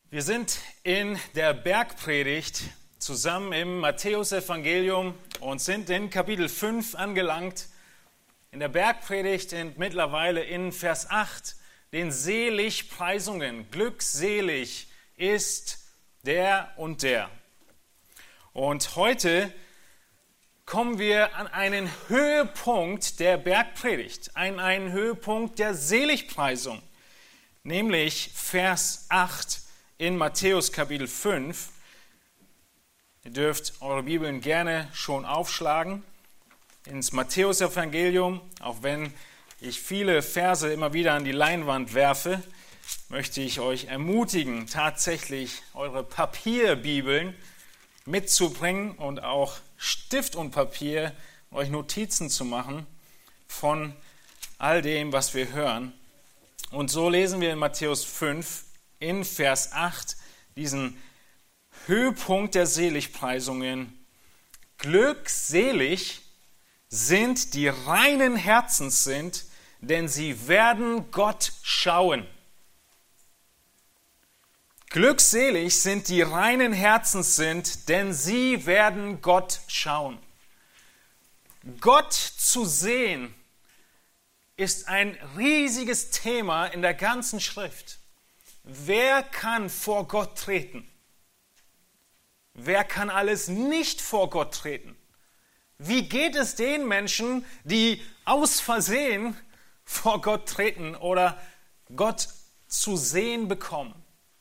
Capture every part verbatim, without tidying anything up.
Wir sind in der Bergpredigt zusammen im Matthäusevangelium und sind in Kapitel fünf angelangt. In der Bergpredigt sind mittlerweile in Vers acht den Seligpreisungen. Glückselig ist der und der. Und heute kommen wir an einen Höhepunkt der Bergpredigt, an einen Höhepunkt der Seligpreisung, nämlich Vers acht in Matthäus Kapitel fünf. Ihr dürft eure Bibeln gerne schon aufschlagen ins Matthäusevangelium. Auch wenn ich viele Verse immer wieder an die Leinwand werfe, möchte ich euch ermutigen, tatsächlich eure Papierbibeln mitzubringen und auch Stift und Papier, euch Notizen zu machen von all dem, was wir hören. Und so lesen wir in Matthäus fünf in Vers acht diesen Höhepunkt der Seligpreisungen. Glückselig sind die reinen Herzens sind, denn sie werden Gott schauen. Glückselig sind die reinen Herzens sind, denn sie werden Gott schauen. Gott zu sehen ist ein riesiges Thema in der ganzen Schrift. Wer kann vor Gott treten? Wer kann alles nicht vor Gott treten? Wie geht es den Menschen, die aus Versehen vor Gott treten oder Gott zu sehen bekommen?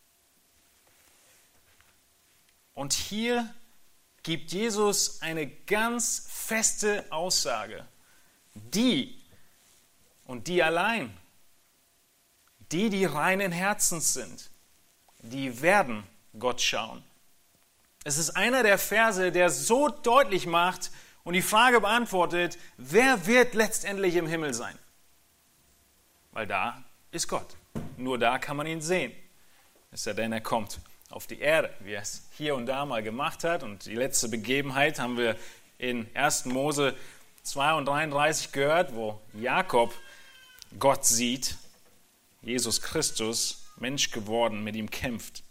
Und hier gibt Jesus eine ganz feste Aussage. Die und die allein, die, die reinen Herzens sind, die werden Gott schauen. Es ist einer der Verse, der so deutlich macht und die Frage beantwortet, wer wird letztendlich im Himmel sein? Weil da ist Gott. Nur da kann man ihn sehen. Es sei denn, er kommt auf die Erde, wie er es hier und da mal gemacht hat. Und die letzte Begebenheit haben wir in ersten Mose zwei und dreiunddreißig gehört, wo Jakob Gott sieht, Jesus Christus, Mensch geworden, mit ihm kämpft.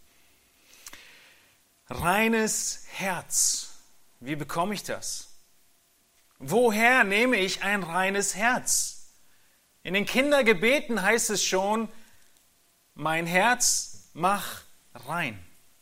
Reines Herz. Wie bekomme ich das? Woher nehme ich ein reines Herz? In den Kindergebeten heißt es schon, mein Herz mach rein.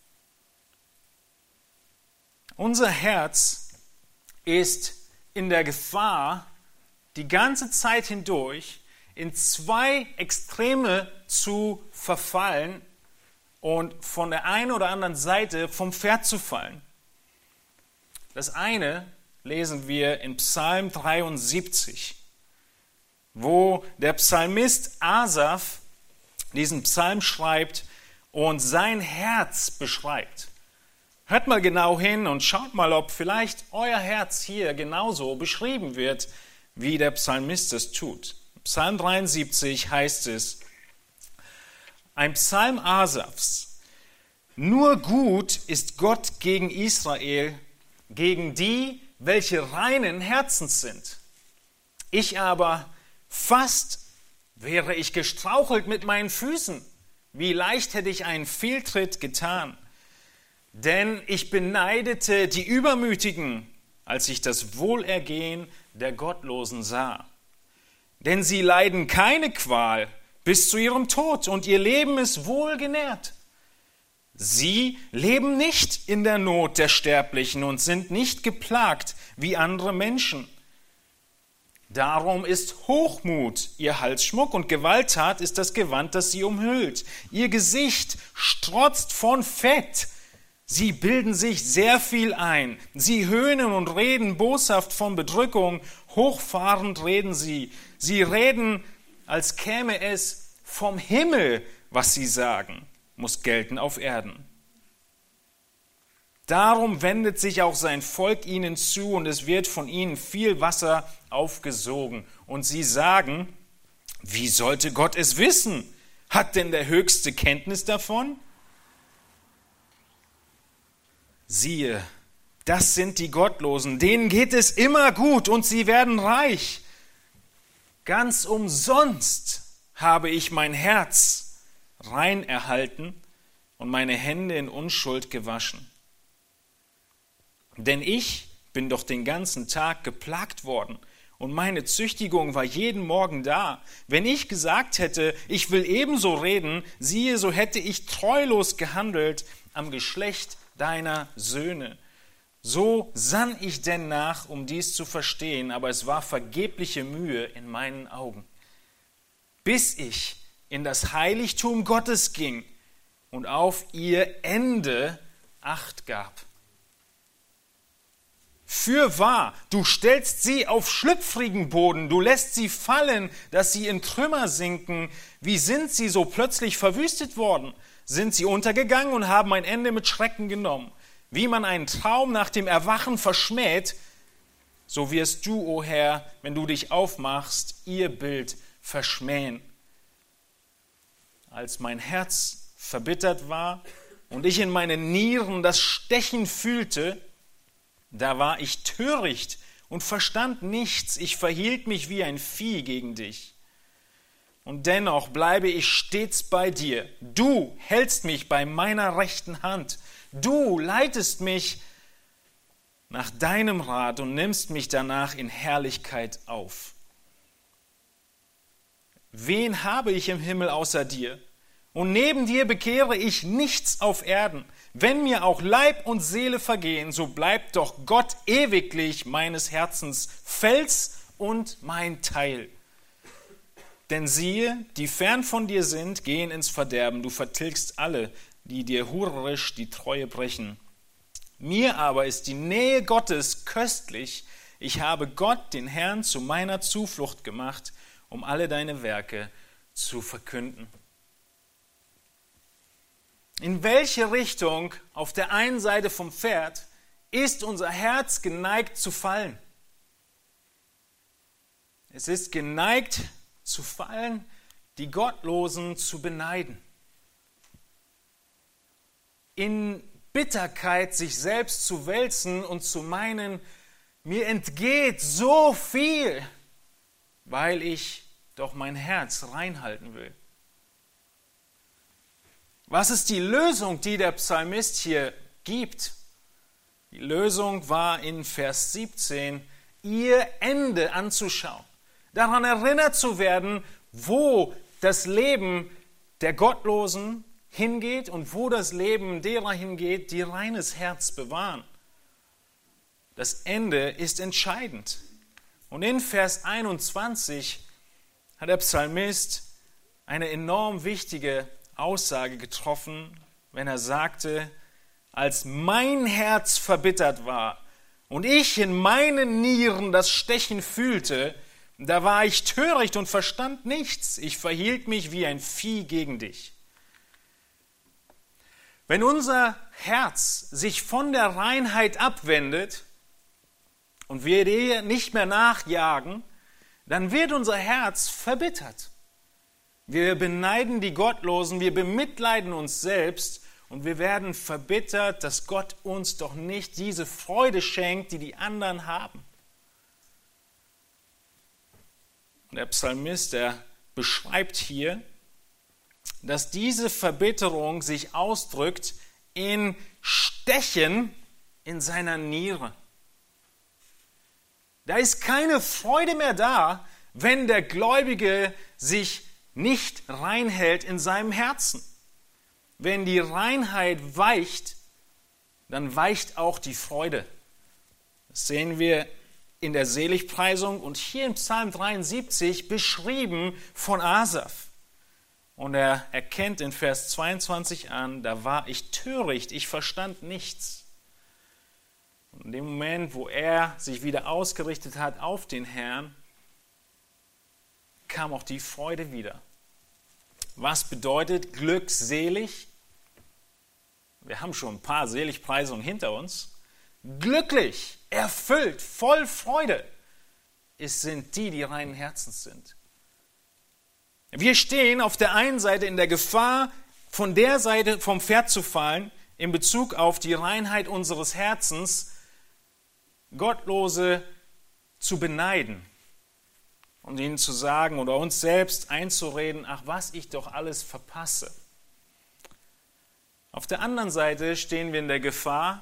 Unser Herz ist in der Gefahr, die ganze Zeit hindurch in zwei Extreme zu verfallen und von der einen oder anderen Seite vom Pferd zu fallen. Das eine lesen wir in Psalm dreiundsiebzig, wo der Psalmist Asaf diesen Psalm schreibt und sein Herz beschreibt. Hört mal genau hin und schaut mal, ob vielleicht euer Herz hier genauso beschrieben wird, wie der Psalmist es tut. Psalm dreiundsiebzig heißt es, ein Psalm Asafs, nur gut ist Gott gegen Israel, gegen die, welche reinen Herzens sind. Ich aber, fast wäre ich gestrauchelt mit meinen Füßen, wie leicht hätte ich einen Fehltritt getan. Denn ich beneidete die Übermütigen, als ich das Wohlergehen der Gottlosen sah. Denn sie leiden keine Qual bis zu ihrem Tod und ihr Leben ist wohlgenährt. Sie leben nicht in der Not der Sterblichen und sind nicht geplagt wie andere Menschen. Darum ist Hochmut ihr Halsschmuck und Gewalttat ist das Gewand, das sie umhüllt. Ihr Gesicht strotzt von Fett. Sie bilden sich sehr viel ein. Sie höhnen und reden boshaft von Bedrückung. Hochfahrend reden sie. Sie reden, als käme es vom Himmel, was sie sagen, muss gelten auf Erden. Darum wendet sich auch sein Volk ihnen zu und es wird von ihnen viel Wasser aufgesogen. Und sie sagen, wie sollte Gott es wissen? Hat denn der Höchste Kenntnis davon? Siehe, das sind die Gottlosen, denen geht es immer gut und sie werden reich. Ganz umsonst habe ich mein Herz rein erhalten und meine Hände in Unschuld gewaschen. Denn ich bin doch den ganzen Tag geplagt worden und meine Züchtigung war jeden Morgen da. Wenn ich gesagt hätte, ich will ebenso reden, siehe, so hätte ich treulos gehandelt am Geschlecht deiner Söhne. So sann ich denn nach, um dies zu verstehen, aber es war vergebliche Mühe in meinen Augen. Bis ich in das Heiligtum Gottes ging und auf ihr Ende Acht gab. Fürwahr, du stellst sie auf schlüpfrigen Boden, du lässt sie fallen, dass sie in Trümmer sinken. Wie sind sie so plötzlich verwüstet worden? Sind sie untergegangen und haben ein Ende mit Schrecken genommen? Wie man einen Traum nach dem Erwachen verschmäht, so wirst du, o Herr, wenn du dich aufmachst, ihr Bild verschmähen. Als mein Herz verbittert war und ich in meinen Nieren das Stechen fühlte, da war ich töricht und verstand nichts. Ich verhielt mich wie ein Vieh gegen dich. Und dennoch bleibe ich stets bei dir. Du hältst mich bei meiner rechten Hand. Du leitest mich nach deinem Rat und nimmst mich danach in Herrlichkeit auf. Wen habe ich im Himmel außer dir? Und neben dir bekehre ich nichts auf Erden. Wenn mir auch Leib und Seele vergehen, so bleibt doch Gott ewiglich meines Herzens Fels und mein Teil. Denn siehe, die fern von dir sind, gehen ins Verderben. Du vertilgst alle, die dir hurerisch die Treue brechen. Mir aber ist die Nähe Gottes köstlich. Ich habe Gott, den Herrn, zu meiner Zuflucht gemacht, um alle deine Werke zu verkünden. In welche Richtung auf der einen Seite vom Pferd ist unser Herz geneigt zu fallen? Es ist geneigt zu fallen, die Gottlosen zu beneiden. In Bitterkeit sich selbst zu wälzen und zu meinen, mir entgeht so viel, weil ich doch mein Herz reinhalten will. Was ist die Lösung, die der Psalmist hier gibt? Die Lösung war in Vers siebzehn, ihr Ende anzuschauen, daran erinnert zu werden, wo das Leben der Gottlosen hingeht und wo das Leben derer hingeht, die reines Herz bewahren. Das Ende ist entscheidend. Und in Vers einundzwanzig hat der Psalmist eine enorm wichtige Aussage getroffen, wenn er sagte, als mein Herz verbittert war und ich in meinen Nieren das Stechen fühlte, da war ich töricht und verstand nichts. Ich verhielt mich wie ein Vieh gegen dich. Wenn unser Herz sich von der Reinheit abwendet und wir dir nicht mehr nachjagen, dann wird unser Herz verbittert. Wir beneiden die Gottlosen, wir bemitleiden uns selbst und wir werden verbittert, dass Gott uns doch nicht diese Freude schenkt, die die anderen haben. Und der Psalmist, der beschreibt hier, dass diese Verbitterung sich ausdrückt in Stechen in seiner Niere. Da ist keine Freude mehr da, wenn der Gläubige sich nicht reinhält in seinem Herzen. Wenn die Reinheit weicht, dann weicht auch die Freude. Das sehen wir in der Seligpreisung und hier im Psalm dreiundsiebzig beschrieben von Asaf. Und er erkennt in Vers zweiundzwanzig an, da war ich töricht, ich verstand nichts. Und in dem Moment, wo er sich wieder ausgerichtet hat auf den Herrn, kam auch die Freude wieder. Was bedeutet glückselig? Wir haben schon ein paar Seligpreisungen hinter uns. Glücklich, erfüllt, voll Freude es sind die, die reinen Herzens sind. Wir stehen auf der einen Seite in der Gefahr, von der Seite vom Pferd zu fallen, in Bezug auf die Reinheit unseres Herzens, Gottlose zu beneiden und ihnen zu sagen oder uns selbst einzureden, ach, was ich doch alles verpasse. Auf der anderen Seite stehen wir in der Gefahr,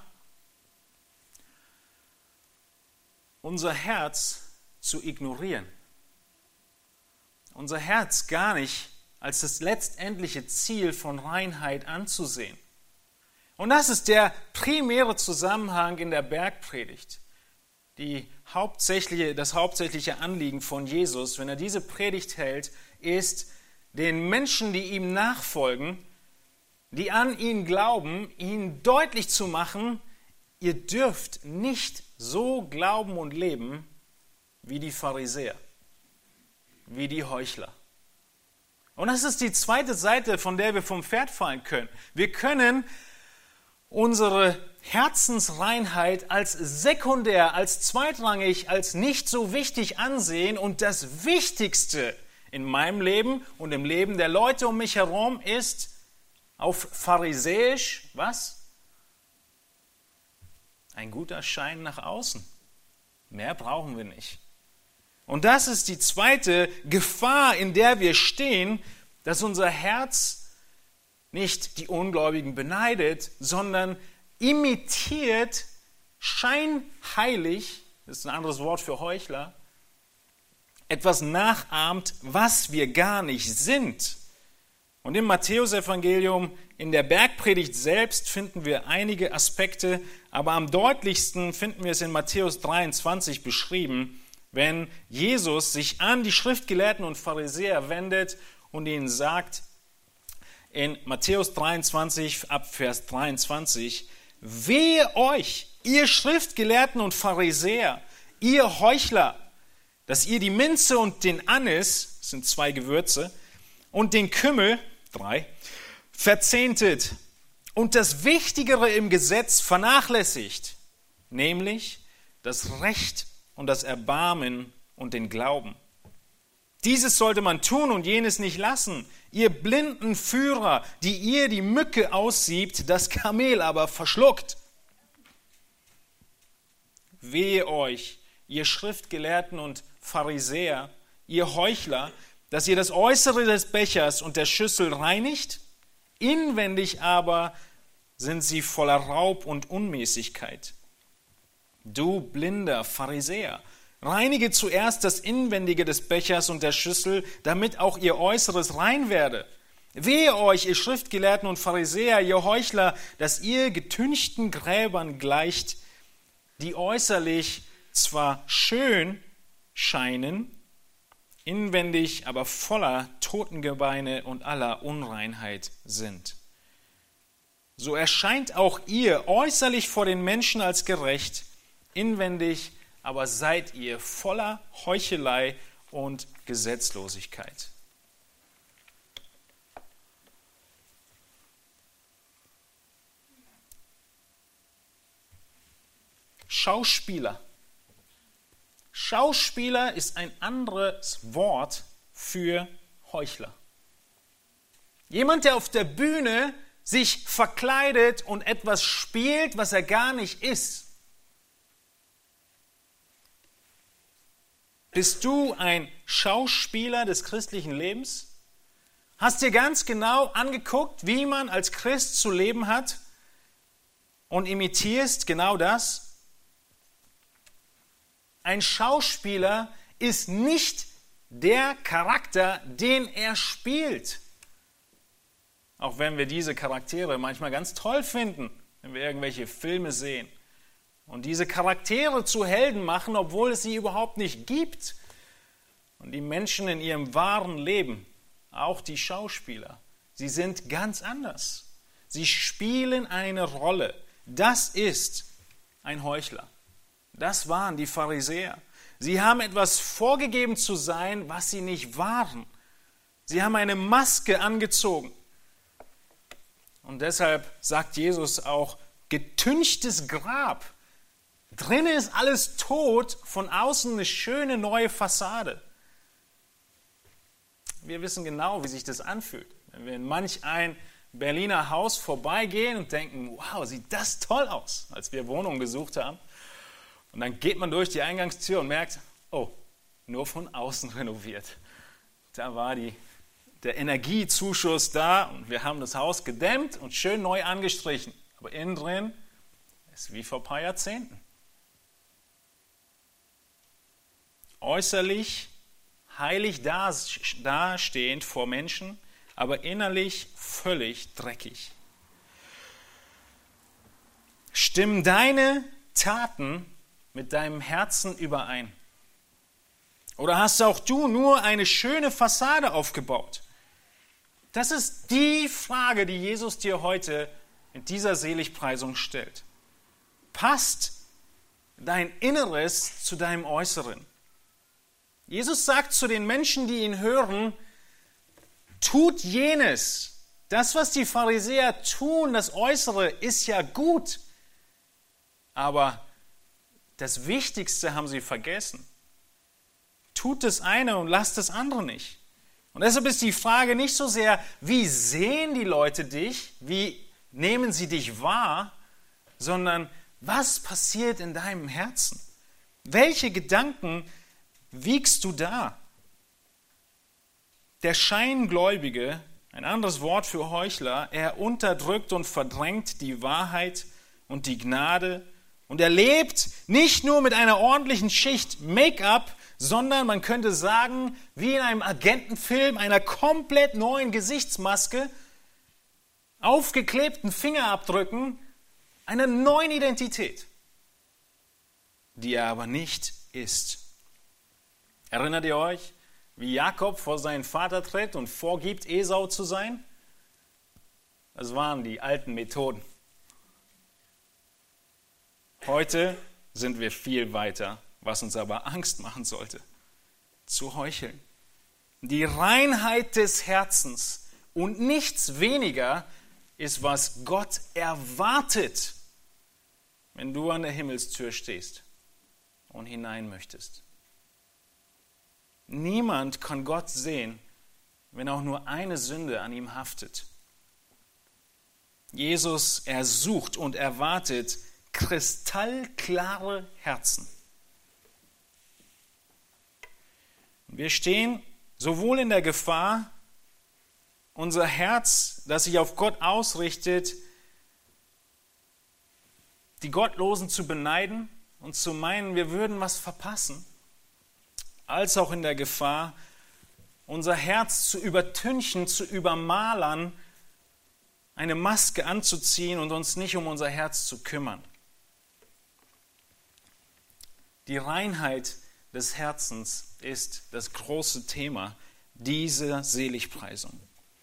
unser Herz zu ignorieren. Unser Herz gar nicht als das letztendliche Ziel von Reinheit anzusehen. Und das ist der primäre Zusammenhang in der Bergpredigt. Die hauptsächliche, das hauptsächliche Anliegen von Jesus, wenn er diese Predigt hält, ist, den Menschen, die ihm nachfolgen, die an ihn glauben, ihnen deutlich zu machen, ihr dürft nicht so glauben und leben wie die Pharisäer, wie die Heuchler. Und das ist die zweite Seite, von der wir vom Pferd fallen können. Wir können unsere Herzensreinheit als sekundär, als zweitrangig, als nicht so wichtig ansehen und das Wichtigste in meinem Leben und im Leben der Leute um mich herum ist auf Pharisäisch, was? Ein guter Schein nach außen. Mehr brauchen wir nicht. Und das ist die zweite Gefahr, in der wir stehen, dass unser Herz nicht die Ungläubigen beneidet, sondern imitiert, scheinheilig, das ist ein anderes Wort für Heuchler, etwas nachahmt, was wir gar nicht sind. Und im Matthäusevangelium, in der Bergpredigt selbst, finden wir einige Aspekte, aber am deutlichsten finden wir es in Matthäus dreiundzwanzig beschrieben, wenn Jesus sich an die Schriftgelehrten und Pharisäer wendet und ihnen sagt, in Matthäus dreiundzwanzig, ab Vers dreiundzwanzig, wehe euch, ihr Schriftgelehrten und Pharisäer, ihr Heuchler, dass ihr die Minze und den Anis, das sind zwei Gewürze, und den Kümmel, drei, verzehntet und das Wichtigere im Gesetz vernachlässigt, nämlich das Recht und das Erbarmen und den Glauben. Dieses sollte man tun und jenes nicht lassen. Ihr blinden Führer, die ihr die Mücke aussiebt, das Kamel aber verschluckt. Wehe euch, ihr Schriftgelehrten und Pharisäer, ihr Heuchler, dass ihr das Äußere des Bechers und der Schüssel reinigt, inwendig aber sind sie voller Raub und Unmäßigkeit. Du blinder Pharisäer, reinige zuerst das Inwendige des Bechers und der Schüssel, damit auch ihr Äußeres rein werde. Wehe euch, ihr Schriftgelehrten und Pharisäer, ihr Heuchler, dass ihr getünchten Gräbern gleicht, die äußerlich zwar schön scheinen, inwendig aber voller Totengebeine und aller Unreinheit sind. So erscheint auch ihr äußerlich vor den Menschen als gerecht, inwendig aber seid ihr voller Heuchelei und Gesetzlosigkeit. Schauspieler. Schauspieler ist ein anderes Wort für Heuchler. Jemand, der auf der Bühne sich verkleidet und etwas spielt, was er gar nicht ist. Bist du ein Schauspieler des christlichen Lebens? Hast dir ganz genau angeguckt, wie man als Christ zu leben hat und imitierst genau das? Ein Schauspieler ist nicht der Charakter, den er spielt. Auch wenn wir diese Charaktere manchmal ganz toll finden, wenn wir irgendwelche Filme sehen. Und diese Charaktere zu Helden machen, obwohl es sie überhaupt nicht gibt. Und die Menschen in ihrem wahren Leben, auch die Schauspieler, sie sind ganz anders. Sie spielen eine Rolle. Das ist ein Heuchler. Das waren die Pharisäer. Sie haben etwas vorgegeben zu sein, was sie nicht waren. Sie haben eine Maske angezogen. Und deshalb sagt Jesus auch, getünchtes Grab. Drinnen ist alles tot, von außen eine schöne neue Fassade. Wir wissen genau, wie sich das anfühlt. Wenn wir in manch ein Berliner Haus vorbeigehen und denken, wow, sieht das toll aus, als wir Wohnungen gesucht haben. Und dann geht man durch die Eingangstür und merkt, oh, nur von außen renoviert. Da war die, der Energiezuschuss da und wir haben das Haus gedämmt und schön neu angestrichen. Aber innen drin ist wie vor ein paar Jahrzehnten. Äußerlich heilig dastehend vor Menschen, aber innerlich völlig dreckig. Stimmen deine Taten mit deinem Herzen überein? Oder hast auch du nur eine schöne Fassade aufgebaut? Das ist die Frage, die Jesus dir heute in dieser Seligpreisung stellt. Passt dein Inneres zu deinem Äußeren? Jesus sagt zu den Menschen, die ihn hören, tut jenes. Das, was die Pharisäer tun, das Äußere, ist ja gut. Aber das Wichtigste haben sie vergessen. Tut das eine und lasst das andere nicht. Und deshalb ist die Frage nicht so sehr, wie sehen die Leute dich, wie nehmen sie dich wahr, sondern was passiert in deinem Herzen? Welche Gedanken wiegst du da? Der Scheingläubige, ein anderes Wort für Heuchler, er unterdrückt und verdrängt die Wahrheit und die Gnade und er lebt nicht nur mit einer ordentlichen Schicht Make-up, sondern man könnte sagen, wie in einem Agentenfilm, einer komplett neuen Gesichtsmaske, aufgeklebten Fingerabdrücken, einer neuen Identität, die er aber nicht ist. Erinnert ihr euch, wie Jakob vor seinen Vater tritt und vorgibt, Esau zu sein? Das waren die alten Methoden. Heute sind wir viel weiter, was uns aber Angst machen sollte, zu heucheln. Die Reinheit des Herzens und nichts weniger ist, was Gott erwartet, wenn du an der Himmelstür stehst und hinein möchtest. Niemand kann Gott sehen, wenn auch nur eine Sünde an ihm haftet. Jesus ersucht und erwartet kristallklare Herzen. Wir stehen sowohl in der Gefahr, unser Herz, das sich auf Gott ausrichtet, die Gottlosen zu beneiden und zu meinen, wir würden was verpassen, als auch in der Gefahr, unser Herz zu übertünchen, zu übermalern, eine Maske anzuziehen und uns nicht um unser Herz zu kümmern. Die Reinheit des Herzens ist das große Thema dieser Seligpreisung.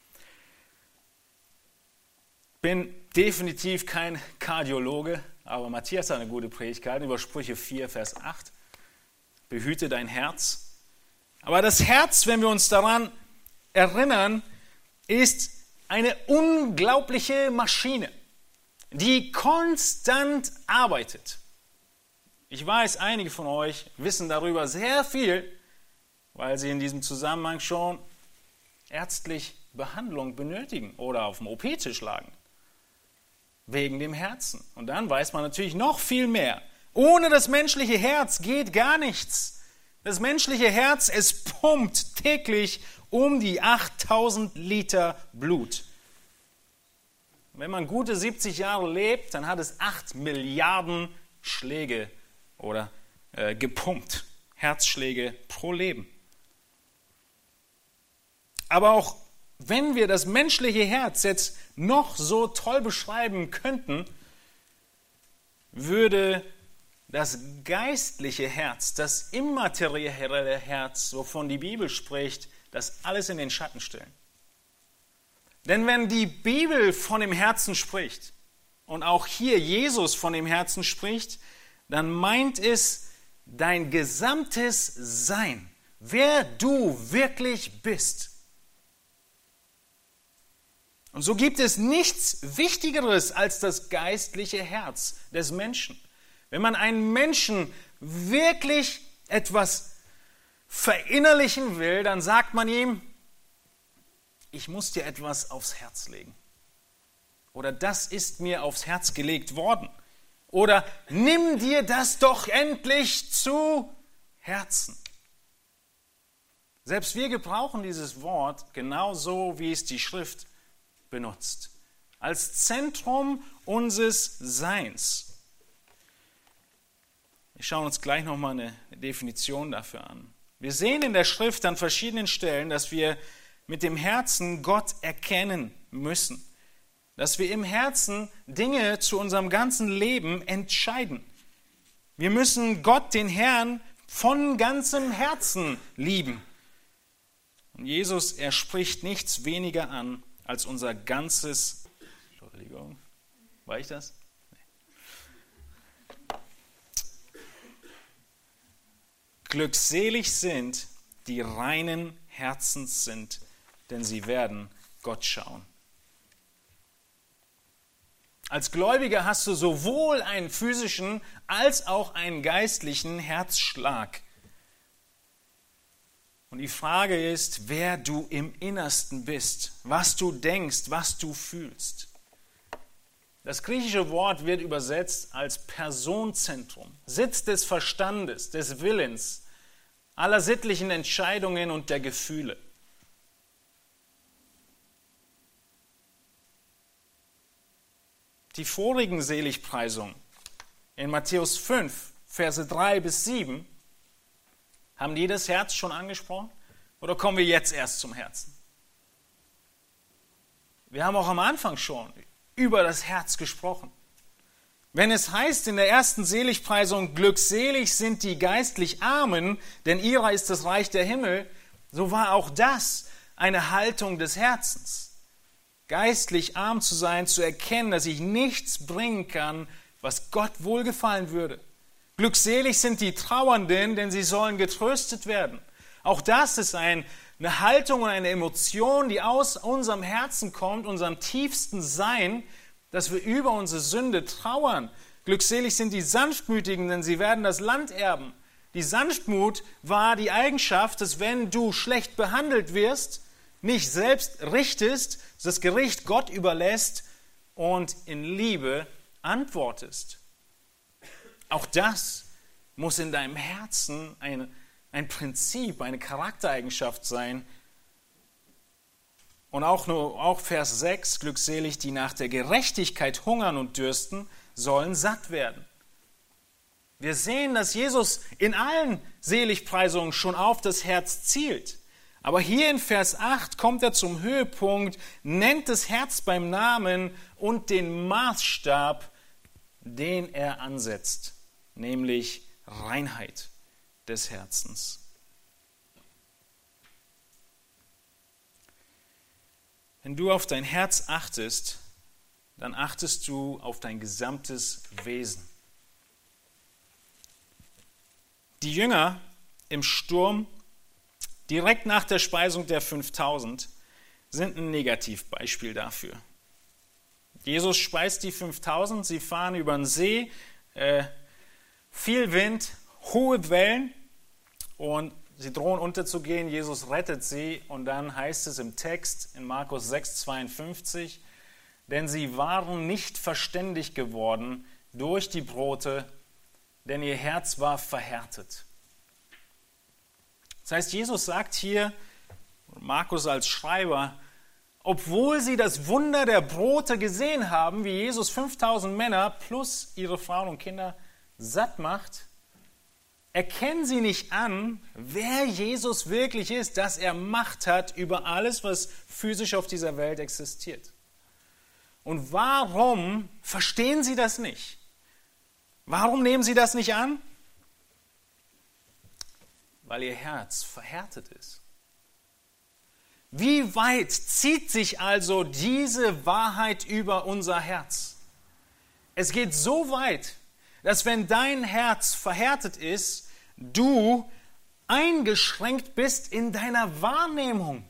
Ich bin definitiv kein Kardiologe, aber Matthias hat eine gute Predigt gehalten über Sprüche vier, Vers acht. Behüte dein Herz. Aber das Herz, wenn wir uns daran erinnern, ist eine unglaubliche Maschine, die konstant arbeitet. Ich weiß, einige von euch wissen darüber sehr viel, weil sie in diesem Zusammenhang schon ärztlich Behandlung benötigen oder auf dem O P-Tisch lagen. Wegen dem Herzen. Und dann weiß man natürlich noch viel mehr. Ohne das menschliche Herz geht gar nichts. Das menschliche Herz, es pumpt täglich um die achttausend Liter Blut. Wenn man gute siebzig Jahre lebt, dann hat es acht Milliarden Schläge oder äh, gepumpt, Herzschläge pro Leben. Aber auch wenn wir das menschliche Herz jetzt noch so toll beschreiben könnten, würde das geistliche Herz, das immaterielle Herz, wovon die Bibel spricht, das alles in den Schatten stellen. Denn wenn die Bibel von dem Herzen spricht und auch hier Jesus von dem Herzen spricht, dann meint es dein gesamtes Sein, wer du wirklich bist. Und so gibt es nichts Wichtigeres als das geistliche Herz des Menschen. Wenn man einen Menschen wirklich etwas verinnerlichen will, dann sagt man ihm, ich muss dir etwas aufs Herz legen. Oder das ist mir aufs Herz gelegt worden. Oder nimm dir das doch endlich zu Herzen. Selbst wir gebrauchen dieses Wort genauso, wie es die Schrift benutzt. Als Zentrum unseres Seins. Wir schauen uns gleich nochmal eine Definition dafür an. Wir sehen in der Schrift an verschiedenen Stellen, dass wir mit dem Herzen Gott erkennen müssen. Dass wir im Herzen Dinge zu unserem ganzen Leben entscheiden. Wir müssen Gott, den Herrn, von ganzem Herzen lieben. Und Jesus, er spricht nichts weniger an als unser ganzes... Entschuldigung, war ich das? Nee. Glückselig sind, die reinen Herzens sind, denn sie werden Gott schauen. Als Gläubiger hast du sowohl einen physischen als auch einen geistlichen Herzschlag. Und die Frage ist, wer du im Innersten bist, was du denkst, was du fühlst. Das griechische Wort wird übersetzt als Personenzentrum, Sitz des Verstandes, des Willens, aller sittlichen Entscheidungen und der Gefühle. Die vorigen Seligpreisungen in Matthäus fünf, Verse drei bis sieben, haben die das Herz schon angesprochen? Oder kommen wir jetzt erst zum Herzen? Wir haben auch am Anfang schon über das Herz gesprochen. Wenn es heißt in der ersten Seligpreisung, glückselig sind die geistlich Armen, denn ihrer ist das Reich der Himmel, so war auch das eine Haltung des Herzens. Geistlich arm zu sein, zu erkennen, dass ich nichts bringen kann, was Gott wohlgefallen würde. Glückselig sind die Trauernden, denn sie sollen getröstet werden. Auch das ist ein, eine Haltung und eine Emotion, die aus unserem Herzen kommt, unserem tiefsten Sein, dass wir über unsere Sünde trauern. Glückselig sind die Sanftmütigen, denn sie werden das Land erben. Die Sanftmut war die Eigenschaft, dass wenn du schlecht behandelt wirst, nicht selbst richtest, das Gericht Gott überlässt und in Liebe antwortest. Auch das muss in deinem Herzen ein, ein Prinzip, eine Charaktereigenschaft sein. Und auch, nur, auch Vers sechs, glückselig, die nach der Gerechtigkeit hungern und dürsten, sollen satt werden. Wir sehen, dass Jesus in allen Seligpreisungen schon auf das Herz zielt. Aber hier in Vers acht kommt er zum Höhepunkt, nennt das Herz beim Namen und den Maßstab, den er ansetzt, nämlich Reinheit des Herzens. Wenn du auf dein Herz achtest, dann achtest du auf dein gesamtes Wesen. Die Jünger im Sturm direkt nach der Speisung der fünftausend sind ein Negativbeispiel dafür. Jesus speist die fünftausend, sie fahren über den See, äh, viel Wind, hohe Wellen und sie drohen unterzugehen. Jesus rettet sie und dann heißt es im Text in Markus sechs, zweiundfünfzig, denn sie waren nicht verständig geworden durch die Brote, denn ihr Herz war verhärtet. Das heißt, Jesus sagt hier, Markus als Schreiber, obwohl sie das Wunder der Brote gesehen haben, wie Jesus fünftausend Männer plus ihre Frauen und Kinder satt macht, erkennen sie nicht an, wer Jesus wirklich ist, dass er Macht hat über alles, was physisch auf dieser Welt existiert. Und warum verstehen sie das nicht? Warum nehmen sie das nicht an? Weil ihr Herz verhärtet ist. Wie weit zieht sich also diese Wahrheit über unser Herz? Es geht so weit, dass wenn dein Herz verhärtet ist, du eingeschränkt bist in deiner Wahrnehmung.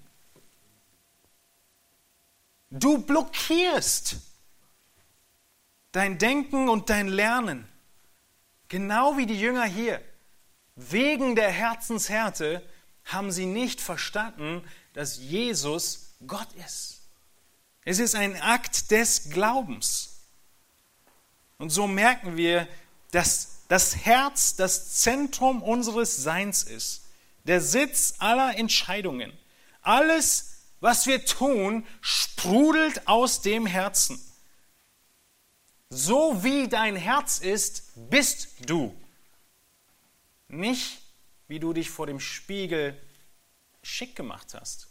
Du blockierst dein Denken und dein Lernen. Genau wie die Jünger hier. Wegen der Herzenshärte haben sie nicht verstanden, dass Jesus Gott ist. Es ist ein Akt des Glaubens. Und so merken wir, dass das Herz das Zentrum unseres Seins ist. der Sitz aller Entscheidungen. Alles, was wir tun, sprudelt aus dem Herzen. So wie dein Herz ist, bist du. Nicht, wie du dich vor dem Spiegel schick gemacht hast.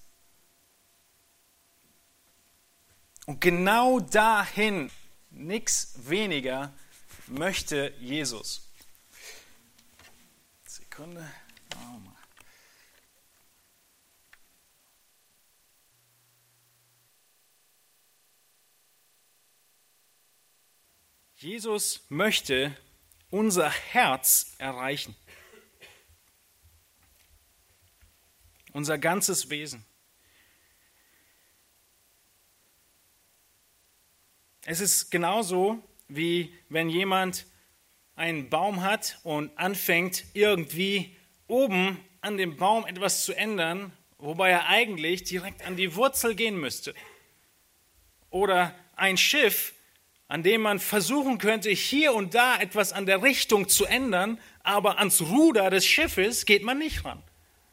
Und genau dahin, nichts weniger, möchte Jesus. Sekunde. Oh Mann. Jesus möchte unser Herz erreichen. Unser ganzes Wesen. Es ist genauso, wie wenn jemand einen Baum hat und anfängt, irgendwie oben an dem Baum etwas zu ändern, wobei er eigentlich direkt an die Wurzel gehen müsste. Oder ein Schiff, an dem man versuchen könnte, hier und da etwas an der Richtung zu ändern, aber ans Ruder des Schiffes geht man nicht ran.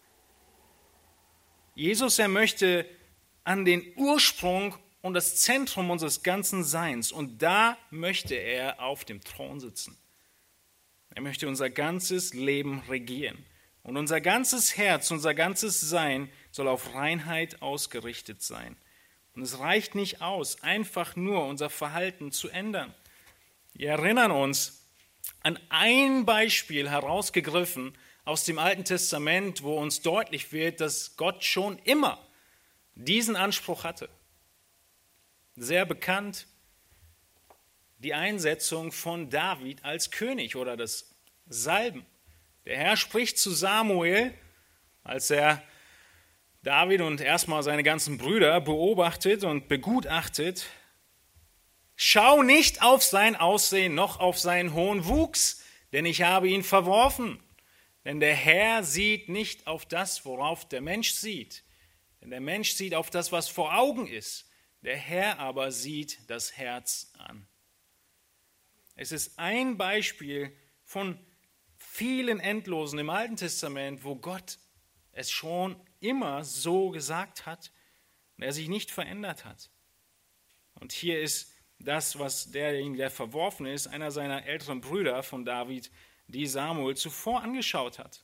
Jesus, er möchte an den Ursprung und das Zentrum unseres ganzen Seins, und da möchte er auf dem Thron sitzen. Er möchte unser ganzes Leben regieren. Und unser ganzes Herz, unser ganzes Sein soll auf Reinheit ausgerichtet sein. Und es reicht nicht aus, einfach nur unser Verhalten zu ändern. Wir erinnern uns an ein Beispiel herausgegriffen aus dem Alten Testament, wo uns deutlich wird, dass Gott schon immer diesen Anspruch hatte. Sehr bekannt, die Einsetzung von David als König oder das Salben. Der Herr spricht zu Samuel, als er David und erstmal seine ganzen Brüder beobachtet und begutachtet: Schau nicht auf sein Aussehen noch auf seinen hohen Wuchs, denn ich habe ihn verworfen. Denn der Herr sieht nicht auf das, worauf der Mensch sieht. Denn der Mensch sieht auf das, was vor Augen ist. Der Herr aber sieht das Herz an. Es ist ein Beispiel von vielen Endlosen im Alten Testament, wo Gott es schon immer so gesagt hat und er sich nicht verändert hat. Und hier ist das, was derjenige, der verworfen ist, einer seiner älteren Brüder von David, die Samuel zuvor angeschaut hat.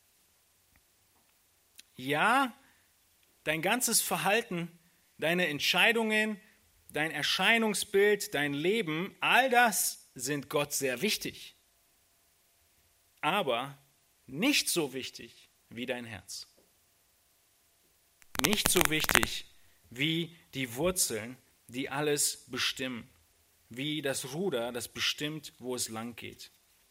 Ja, dein ganzes Verhalten, deine Entscheidungen, dein Erscheinungsbild, dein Leben, all das sind Gott sehr wichtig. Aber nicht so wichtig wie dein Herz. Nicht so wichtig wie die Wurzeln, die alles bestimmen. Wie das Ruder, das bestimmt, wo es lang geht.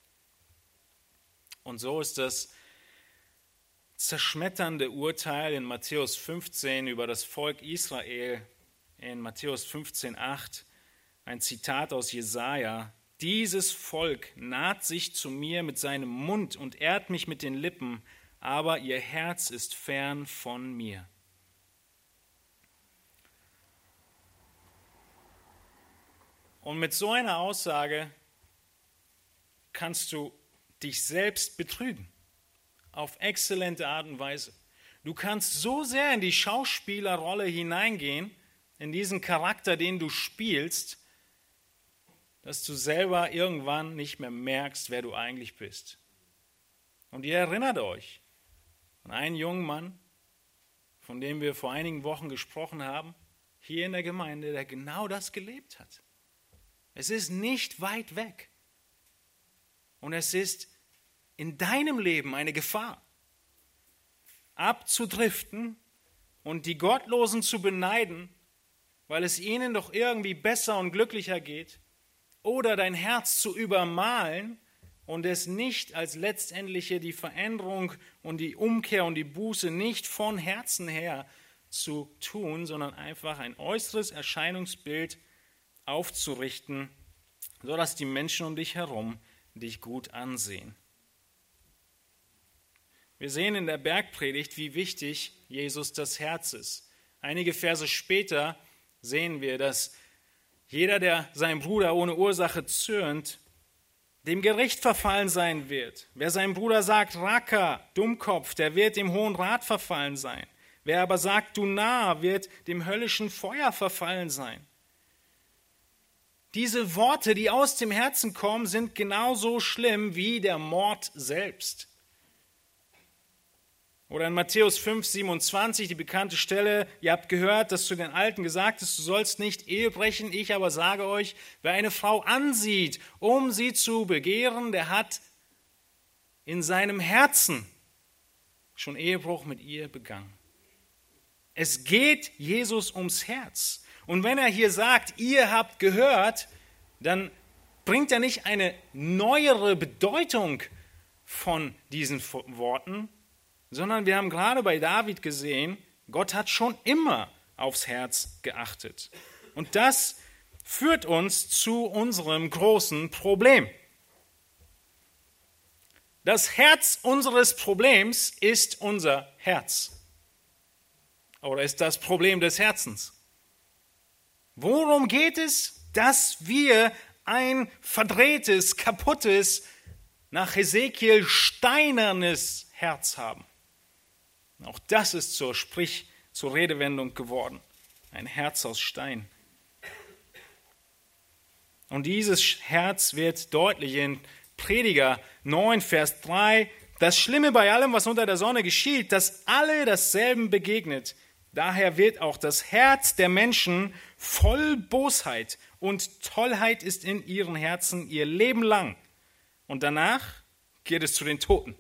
Und so ist das zerschmetternde Urteil in Matthäus fünfzehn über das Volk Israel, in Matthäus fünfzehn acht, ein Zitat aus Jesaja: Dieses Volk naht sich zu mir mit seinem Mund und ehrt mich mit den Lippen, aber ihr Herz ist fern von mir. Und mit so einer Aussage kannst du dich selbst betrügen, auf exzellente Art und Weise. Du kannst so sehr in die Schauspielerrolle hineingehen, in diesen Charakter, den du spielst, dass du selber irgendwann nicht mehr merkst, wer du eigentlich bist. Und ihr erinnert euch an einen jungen Mann, von dem wir vor einigen Wochen gesprochen haben, hier in der Gemeinde, der genau das gelebt hat. Es ist nicht weit weg. Und es ist in deinem Leben eine Gefahr, abzudriften und die Gottlosen zu beneiden, weil es ihnen doch irgendwie besser und glücklicher geht, oder dein Herz zu übermalen und es nicht als letztendliche die Veränderung und die Umkehr und die Buße nicht von Herzen her zu tun, sondern einfach ein äußeres Erscheinungsbild aufzurichten, sodass die Menschen um dich herum dich gut ansehen. Wir sehen in der Bergpredigt, wie wichtig Jesus das Herz ist. Einige Verse später sehen wir, dass jeder, der seinem Bruder ohne Ursache zürnt, dem Gericht verfallen sein wird. Wer seinem Bruder sagt, Racker, Dummkopf, der wird dem Hohen Rat verfallen sein. Wer aber sagt, du Narr, wird dem höllischen Feuer verfallen sein. Diese Worte, die aus dem Herzen kommen, sind genauso schlimm wie der Mord selbst. Oder in Matthäus fünf, siebenundzwanzig, die bekannte Stelle, ihr habt gehört, dass zu den Alten gesagt ist, du sollst nicht Ehe brechen, ich aber sage euch, wer eine Frau ansieht, um sie zu begehren, der hat in seinem Herzen schon Ehebruch mit ihr begangen. Es geht Jesus ums Herz. Und wenn er hier sagt, ihr habt gehört, dann bringt er nicht eine neuere Bedeutung von diesen Worten, sondern wir haben gerade bei David gesehen, Gott hat schon immer aufs Herz geachtet. Und das führt uns zu unserem großen Problem. Das Herz unseres Problems ist unser Herz. Oder ist das Problem des Herzens? Worum geht es? Dass wir ein verdrehtes, kaputtes, nach Hesekiel steinernes Herz haben. Auch das ist zur Sprich, zur Redewendung geworden. Ein Herz aus Stein. Und dieses Herz wird deutlich in Prediger neun, Vers drei. Das Schlimme bei allem, was unter der Sonne geschieht, dass alle dasselben begegnet. Daher wird auch das Herz der Menschen voll Bosheit und Tollheit ist in ihren Herzen ihr Leben lang. Und danach geht es zu den Toten.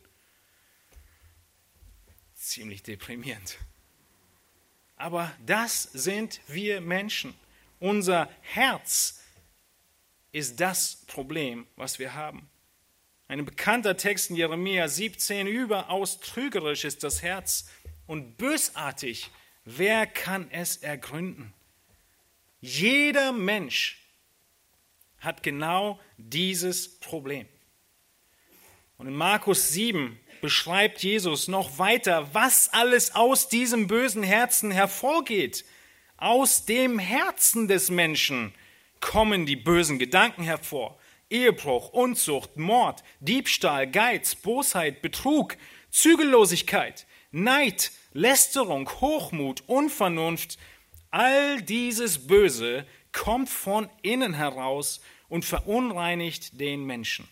Ziemlich deprimierend. Aber das sind wir Menschen. Unser Herz ist das Problem, was wir haben. Ein bekannter Text in Jeremia siebzehn, überaus trügerisch ist das Herz und bösartig. Wer kann es ergründen? Jeder Mensch hat genau dieses Problem. Und in Markus sieben beschreibt Jesus noch weiter, was alles aus diesem bösen Herzen hervorgeht. Aus dem Herzen des Menschen kommen die bösen Gedanken hervor. Ehebruch, Unzucht, Mord, Diebstahl, Geiz, Bosheit, Betrug, Zügellosigkeit, Neid, Lästerung, Hochmut, Unvernunft, all dieses Böse kommt von innen heraus und verunreinigt den Menschen.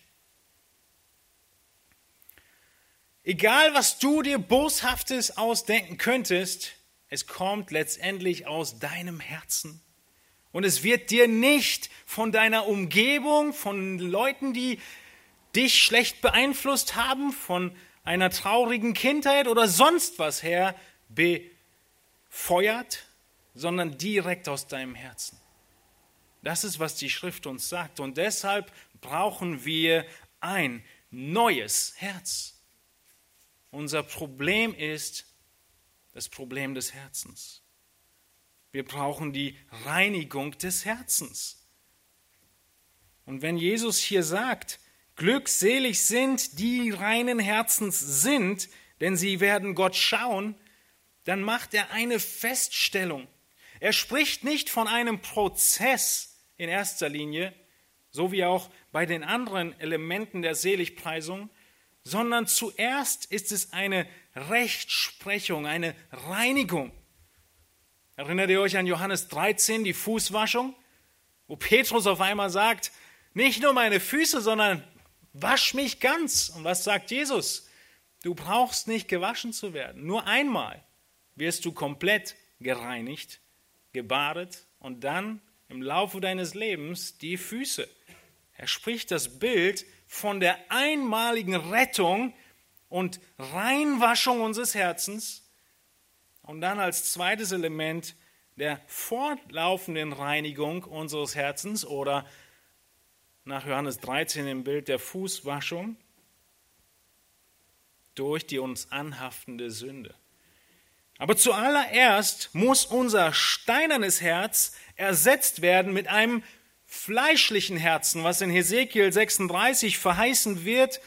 Egal, was du dir Boshaftes ausdenken könntest, es kommt letztendlich aus deinem Herzen. Und es wird dir nicht von deiner Umgebung, von Leuten, die dich schlecht beeinflusst haben, von einer traurigen Kindheit oder sonst was her befeuert, sondern direkt aus deinem Herzen. Das ist, was die Schrift uns sagt. Und deshalb brauchen wir ein neues Herz. Unser Problem ist das Problem des Herzens. Wir brauchen die Reinigung des Herzens. Und wenn Jesus hier sagt, glückselig sind, die reinen Herzens sind, denn sie werden Gott schauen, dann macht er eine Feststellung. Er spricht nicht von einem Prozess in erster Linie, so wie auch bei den anderen Elementen der Seligpreisung, sondern zuerst ist es eine Rechtsprechung, eine Reinigung. Erinnert ihr euch an Johannes dreizehn, die Fußwaschung, wo Petrus auf einmal sagt, nicht nur meine Füße, sondern wasch mich ganz. Und was sagt Jesus? Du brauchst nicht gewaschen zu werden. Nur einmal wirst du komplett gereinigt, gebadet und dann im Laufe deines Lebens die Füße. Er spricht das Bild von der einmaligen Rettung und Reinwaschung unseres Herzens und dann als zweites Element der fortlaufenden Reinigung unseres Herzens oder nach Johannes dreizehn im Bild der Fußwaschung durch die uns anhaftende Sünde. Aber zuallererst muss unser steinernes Herz ersetzt werden mit einem fleischlichen Herzen, was in Hesekiel sechsunddreißig verheißen wird,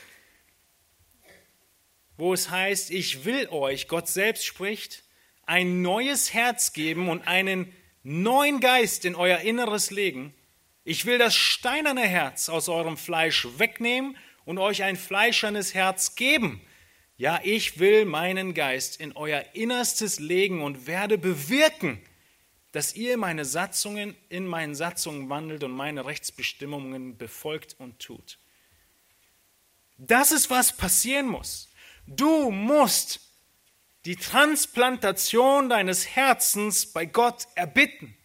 wo es heißt, ich will euch, Gott selbst spricht, ein neues Herz geben und einen neuen Geist in euer Inneres legen Ich will das steinerne Herz aus eurem Fleisch wegnehmen und euch ein fleischernes Herz geben. Ja, ich will meinen Geist in euer Innerstes legen und werde bewirken, dass ihr meine Satzungen in meinen Satzungen wandelt und meine Rechtsbestimmungen befolgt und tut. Das ist, was passieren muss. Du musst die Transplantation deines Herzens bei Gott erbitten.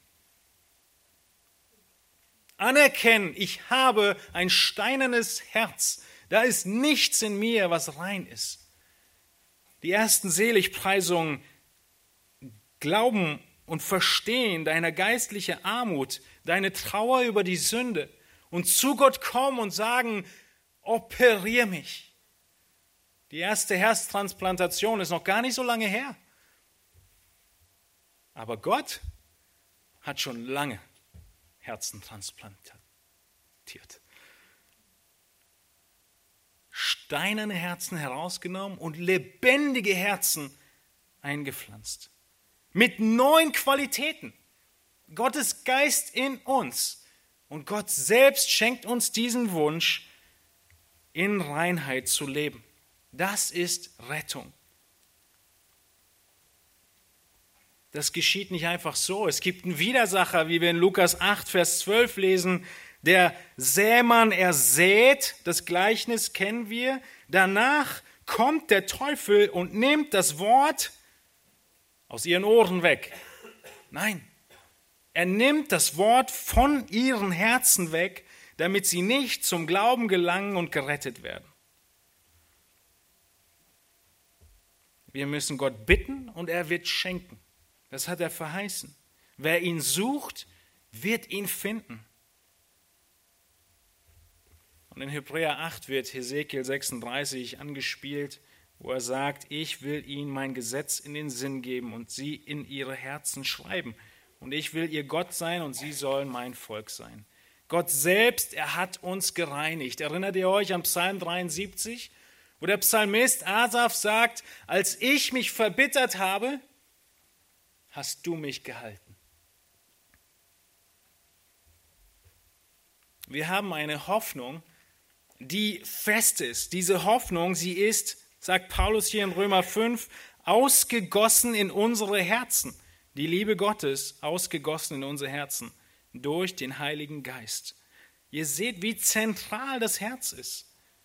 Anerkennen, ich habe ein steinernes Herz. Da ist nichts in mir, was rein ist. Die ersten Seligpreisungen glauben und verstehen deine geistliche Armut, deine Trauer über die Sünde und zu Gott kommen und sagen, operier mich. Die erste Herztransplantation ist noch gar nicht so lange her. Aber Gott hat schon lange Herzen transplantiert. Steinerne Herzen herausgenommen und lebendige Herzen eingepflanzt. Mit neuen Qualitäten. Gottes Geist in uns. Und Gott selbst schenkt uns diesen Wunsch, in Reinheit zu leben. Das ist Rettung. Das geschieht nicht einfach so. Es gibt einen Widersacher, wie wir in Lukas acht, Vers zwölf lesen. Der Sämann, er sät, das Gleichnis kennen wir. Danach kommt der Teufel und nimmt das Wort aus ihren Ohren weg. Nein, er nimmt das Wort von ihren Herzen weg, damit sie nicht zum Glauben gelangen und gerettet werden. Wir müssen Gott bitten und er wird schenken. Das hat er verheißen. Wer ihn sucht, wird ihn finden. Und in Hebräer acht wird Hesekiel sechsunddreißig angespielt, wo er sagt, ich will ihnen mein Gesetz in den Sinn geben und sie in ihre Herzen schreiben. Und ich will ihr Gott sein und sie sollen mein Volk sein. Gott selbst, er hat uns gereinigt. Erinnert ihr euch an Psalm dreiundsiebzig, wo der Psalmist Asaf sagt, als ich mich verbittert habe, hast du mich gehalten. Wir haben eine Hoffnung, die fest ist. Diese Hoffnung, sie ist, sagt Paulus hier in Römer fünf, ausgegossen in unsere Herzen. Die Liebe Gottes ausgegossen in unsere Herzen durch den Heiligen Geist. Ihr seht, wie zentral das Herz ist.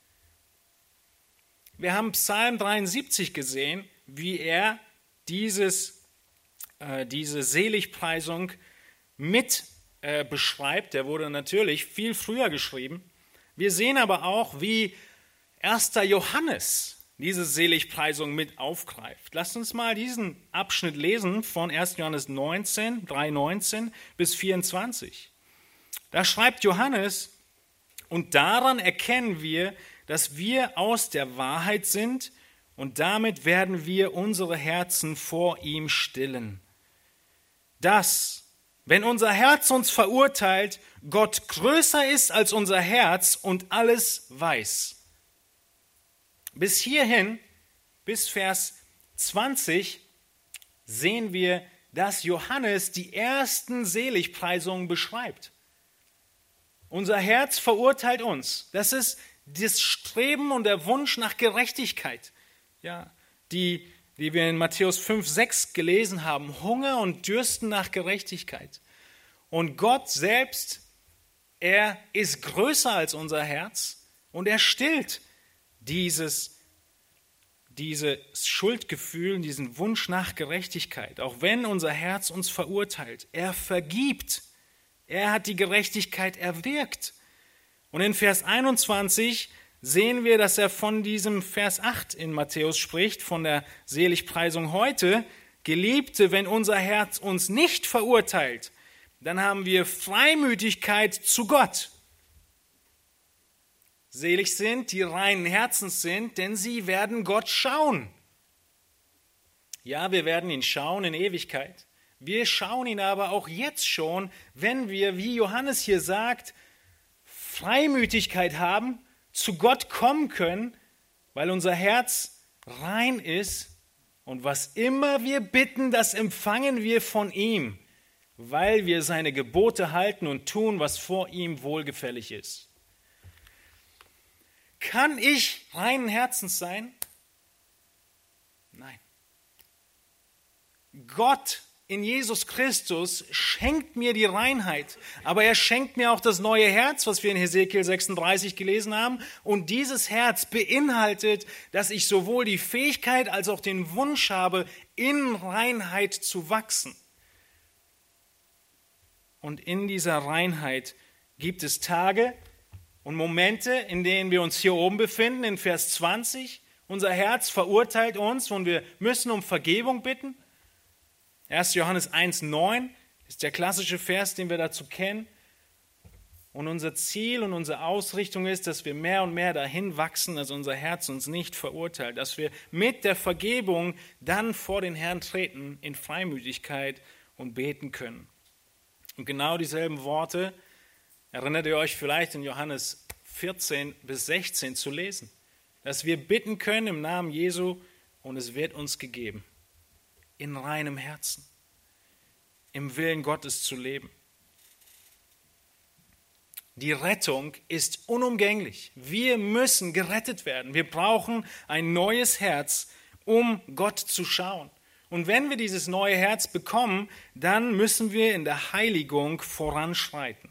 Wir haben Psalm dreiundsiebzig gesehen, wie er dieses, äh, diese Seligpreisung mit äh, beschreibt. Der wurde natürlich viel früher geschrieben. Wir sehen aber auch, wie erster Johannes diese Seligpreisung mit aufgreift. Lasst uns mal diesen Abschnitt lesen von erster Johannes neunzehn, drei neunzehn bis vierundzwanzig. Da schreibt Johannes, und daran erkennen wir, dass wir aus der Wahrheit sind und damit werden wir unsere Herzen vor ihm stillen. Dass, wenn unser Herz uns verurteilt, Gott größer ist als unser Herz und alles weiß. Bis hierhin, bis Vers zwanzig, sehen wir, dass Johannes die ersten Seligpreisungen beschreibt. Unser Herz verurteilt uns. Das ist das Streben und der Wunsch nach Gerechtigkeit, ja, die, die wir in Matthäus fünf, sechs gelesen haben. Hunger und Dürsten nach Gerechtigkeit. Und Gott selbst, er ist größer als unser Herz und er stillt dieses, dieses Schuldgefühl, diesen Wunsch nach Gerechtigkeit, auch wenn unser Herz uns verurteilt. Er vergibt. Er hat die Gerechtigkeit erwirkt. Und in Vers einundzwanzig sehen wir, dass er von diesem Vers acht in Matthäus spricht, von der Seligpreisung heute. Geliebte, wenn unser Herz uns nicht verurteilt, dann haben wir Freimütigkeit zu Gott. Selig sind, die reinen Herzens sind, denn sie werden Gott schauen. Ja, wir werden ihn schauen in Ewigkeit. Wir schauen ihn aber auch jetzt schon, wenn wir, wie Johannes hier sagt, Freimütigkeit haben, zu Gott kommen können, weil unser Herz rein ist und was immer wir bitten, das empfangen wir von ihm, weil wir seine Gebote halten und tun, was vor ihm wohlgefällig ist. Kann ich reinen Herzens sein? Nein. Gott in Jesus Christus schenkt mir die Reinheit, aber er schenkt mir auch das neue Herz, was wir in Hesekiel sechsunddreißig gelesen haben. Und dieses Herz beinhaltet, dass ich sowohl die Fähigkeit als auch den Wunsch habe, in Reinheit zu wachsen. Und in dieser Reinheit gibt es Tage und Momente, in denen wir uns hier oben befinden, in Vers zwanzig. Unser Herz verurteilt uns und wir müssen um Vergebung bitten. erster Johannes eins neun ist der klassische Vers, den wir dazu kennen. Und unser Ziel und unsere Ausrichtung ist, dass wir mehr und mehr dahin wachsen, dass unser Herz uns nicht verurteilt, dass wir mit der Vergebung dann vor den Herrn treten in Freimütigkeit und beten können. Und genau dieselben Worte erinnert ihr euch vielleicht in Johannes vierzehn bis sechzehn zu lesen, dass wir bitten können im Namen Jesu und es wird uns gegeben, in reinem Herzen, im Willen Gottes zu leben. Die Rettung ist unumgänglich. Wir müssen gerettet werden. Wir brauchen ein neues Herz, um Gott zu schauen. Und wenn wir dieses neue Herz bekommen, dann müssen wir in der Heiligung voranschreiten.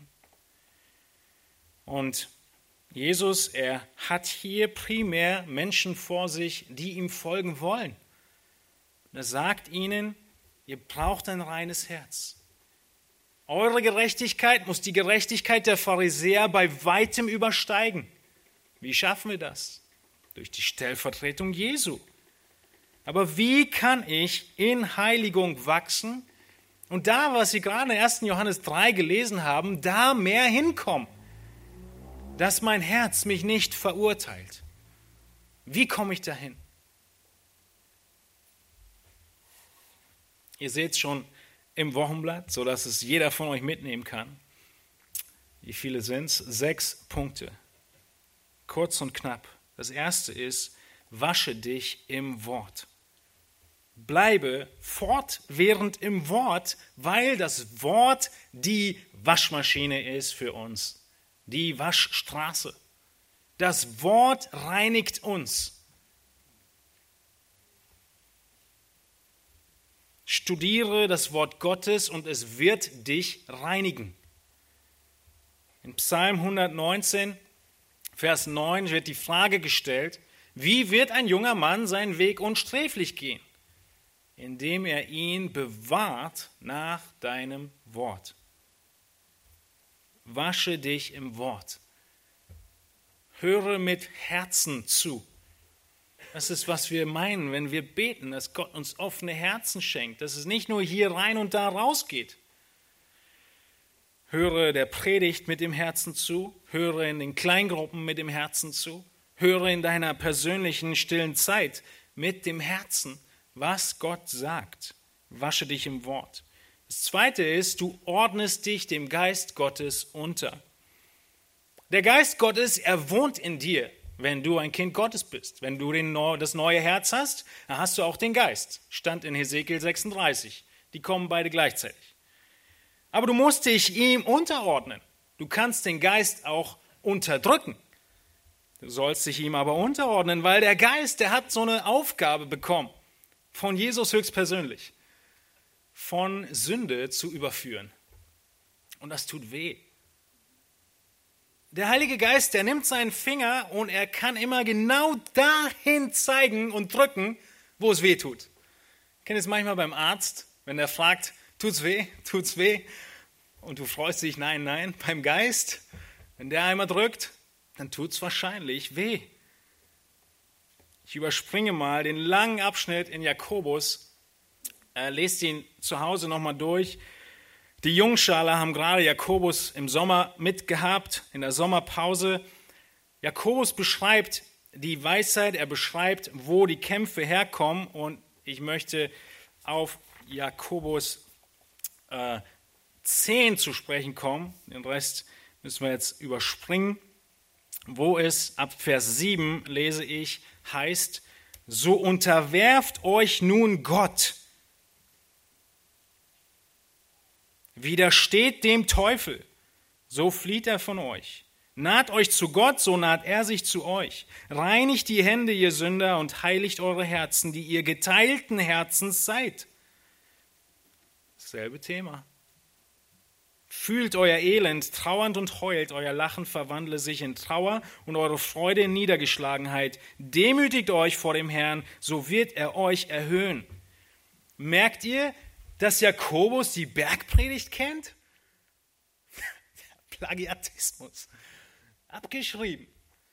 Und Jesus, er hat hier primär Menschen vor sich, die ihm folgen wollen. Und er sagt ihnen, ihr braucht ein reines Herz. Eure Gerechtigkeit muss die Gerechtigkeit der Pharisäer bei weitem übersteigen. Wie schaffen wir das? Durch die Stellvertretung Jesu. Aber wie kann ich in Heiligung wachsen und da, was Sie gerade in erster Johannes drei gelesen haben, da mehr hinkommen, dass mein Herz mich nicht verurteilt? Wie komme ich dahin? Ihr seht es schon im Wochenblatt, sodass es jeder von euch mitnehmen kann. Wie viele sind es? Sechs Punkte. Kurz und knapp. Das erste ist, wasche dich im Wort. Bleibe fortwährend im Wort, weil das Wort die Waschmaschine ist für uns. Die Waschstraße. Das Wort reinigt uns. Studiere das Wort Gottes und es wird dich reinigen. In Psalm hundertneunzehn, Vers neun wird die Frage gestellt, wie wird ein junger Mann seinen Weg unsträflich gehen? Indem er ihn bewahrt nach deinem Wort. Wasche dich im Wort. Höre mit Herzen zu. Das ist, was wir meinen, wenn wir beten, dass Gott uns offene Herzen schenkt, dass es nicht nur hier rein und da rausgeht. Höre der Predigt mit dem Herzen zu, höre in den Kleingruppen mit dem Herzen zu, höre in deiner persönlichen stillen Zeit mit dem Herzen, was Gott sagt. Wasche dich im Wort. Das Zweite ist, du ordnest dich dem Geist Gottes unter. Der Geist Gottes, er wohnt in dir. Wenn du ein Kind Gottes bist, wenn du den, das neue Herz hast, dann hast du auch den Geist. Stand in Hesekiel sechsunddreißig. Die kommen beide gleichzeitig. Aber du musst dich ihm unterordnen. Du kannst den Geist auch unterdrücken. Du sollst dich ihm aber unterordnen, weil der Geist, der hat so eine Aufgabe bekommen, von Jesus höchstpersönlich, von Sünde zu überführen. Und das tut weh. Der Heilige Geist, der nimmt seinen Finger und er kann immer genau dahin zeigen und drücken, wo es weh tut. Ich kenne es manchmal beim Arzt, wenn er fragt, tut's weh, tut's weh? Und du freust dich, nein, nein. Beim Geist, wenn der einmal drückt, dann tut's wahrscheinlich weh. Ich überspringe mal den langen Abschnitt in Jakobus, äh, lest ihn zu Hause nochmal durch. Die Jungschale haben gerade Jakobus im Sommer mitgehabt, in der Sommerpause. Jakobus beschreibt die Weisheit, er beschreibt, wo die Kämpfe herkommen. Und ich möchte auf Jakobus äh, zehn zu sprechen kommen. Den Rest müssen wir jetzt überspringen. Wo es ab Vers sieben, lese ich, heißt, so unterwerft euch nun Gott. Widersteht dem Teufel, so flieht er von euch. Naht euch zu Gott, so naht er sich zu euch. Reinigt die Hände, ihr Sünder, und heiligt eure Herzen, die ihr geteilten Herzens seid. Selbe Thema. Fühlt euer Elend, trauernd und heult, euer Lachen verwandle sich in Trauer und eure Freude in Niedergeschlagenheit. Demütigt euch vor dem Herrn, so wird er euch erhöhen. Merkt ihr, dass Jakobus die Bergpredigt kennt? Plagiatismus. Abgeschrieben.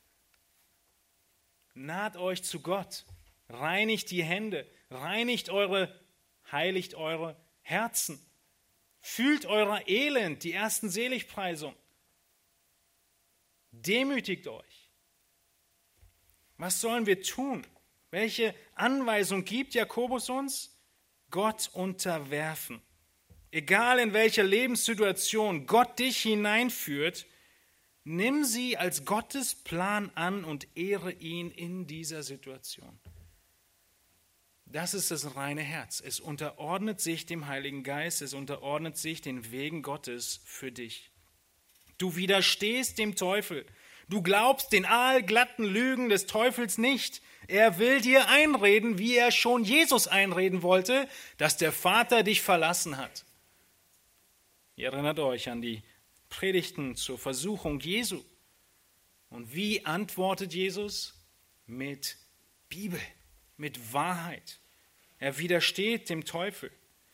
Naht euch zu Gott, reinigt die Hände, reinigt eure, heiligt eure Herzen. Fühlt euer Elend, die ersten Seligpreisung. Demütigt euch. Was sollen wir tun? Welche Anweisung gibt Jakobus uns? Gott unterwerfen. Egal in welcher Lebenssituation Gott dich hineinführt, nimm sie als Gottes Plan an und ehre ihn in dieser Situation. Das ist das reine Herz. Es unterordnet sich dem Heiligen Geist, es unterordnet sich den Wegen Gottes für dich. Du widerstehst dem Teufel. Du glaubst den aalglatten Lügen des Teufels nicht. Er will dir einreden, wie er schon Jesus einreden wollte, dass der Vater dich verlassen hat. Ihr erinnert euch an die Predigten zur Versuchung Jesu. Und wie antwortet Jesus? Mit Bibel, mit Wahrheit. Er widersteht dem Teufel.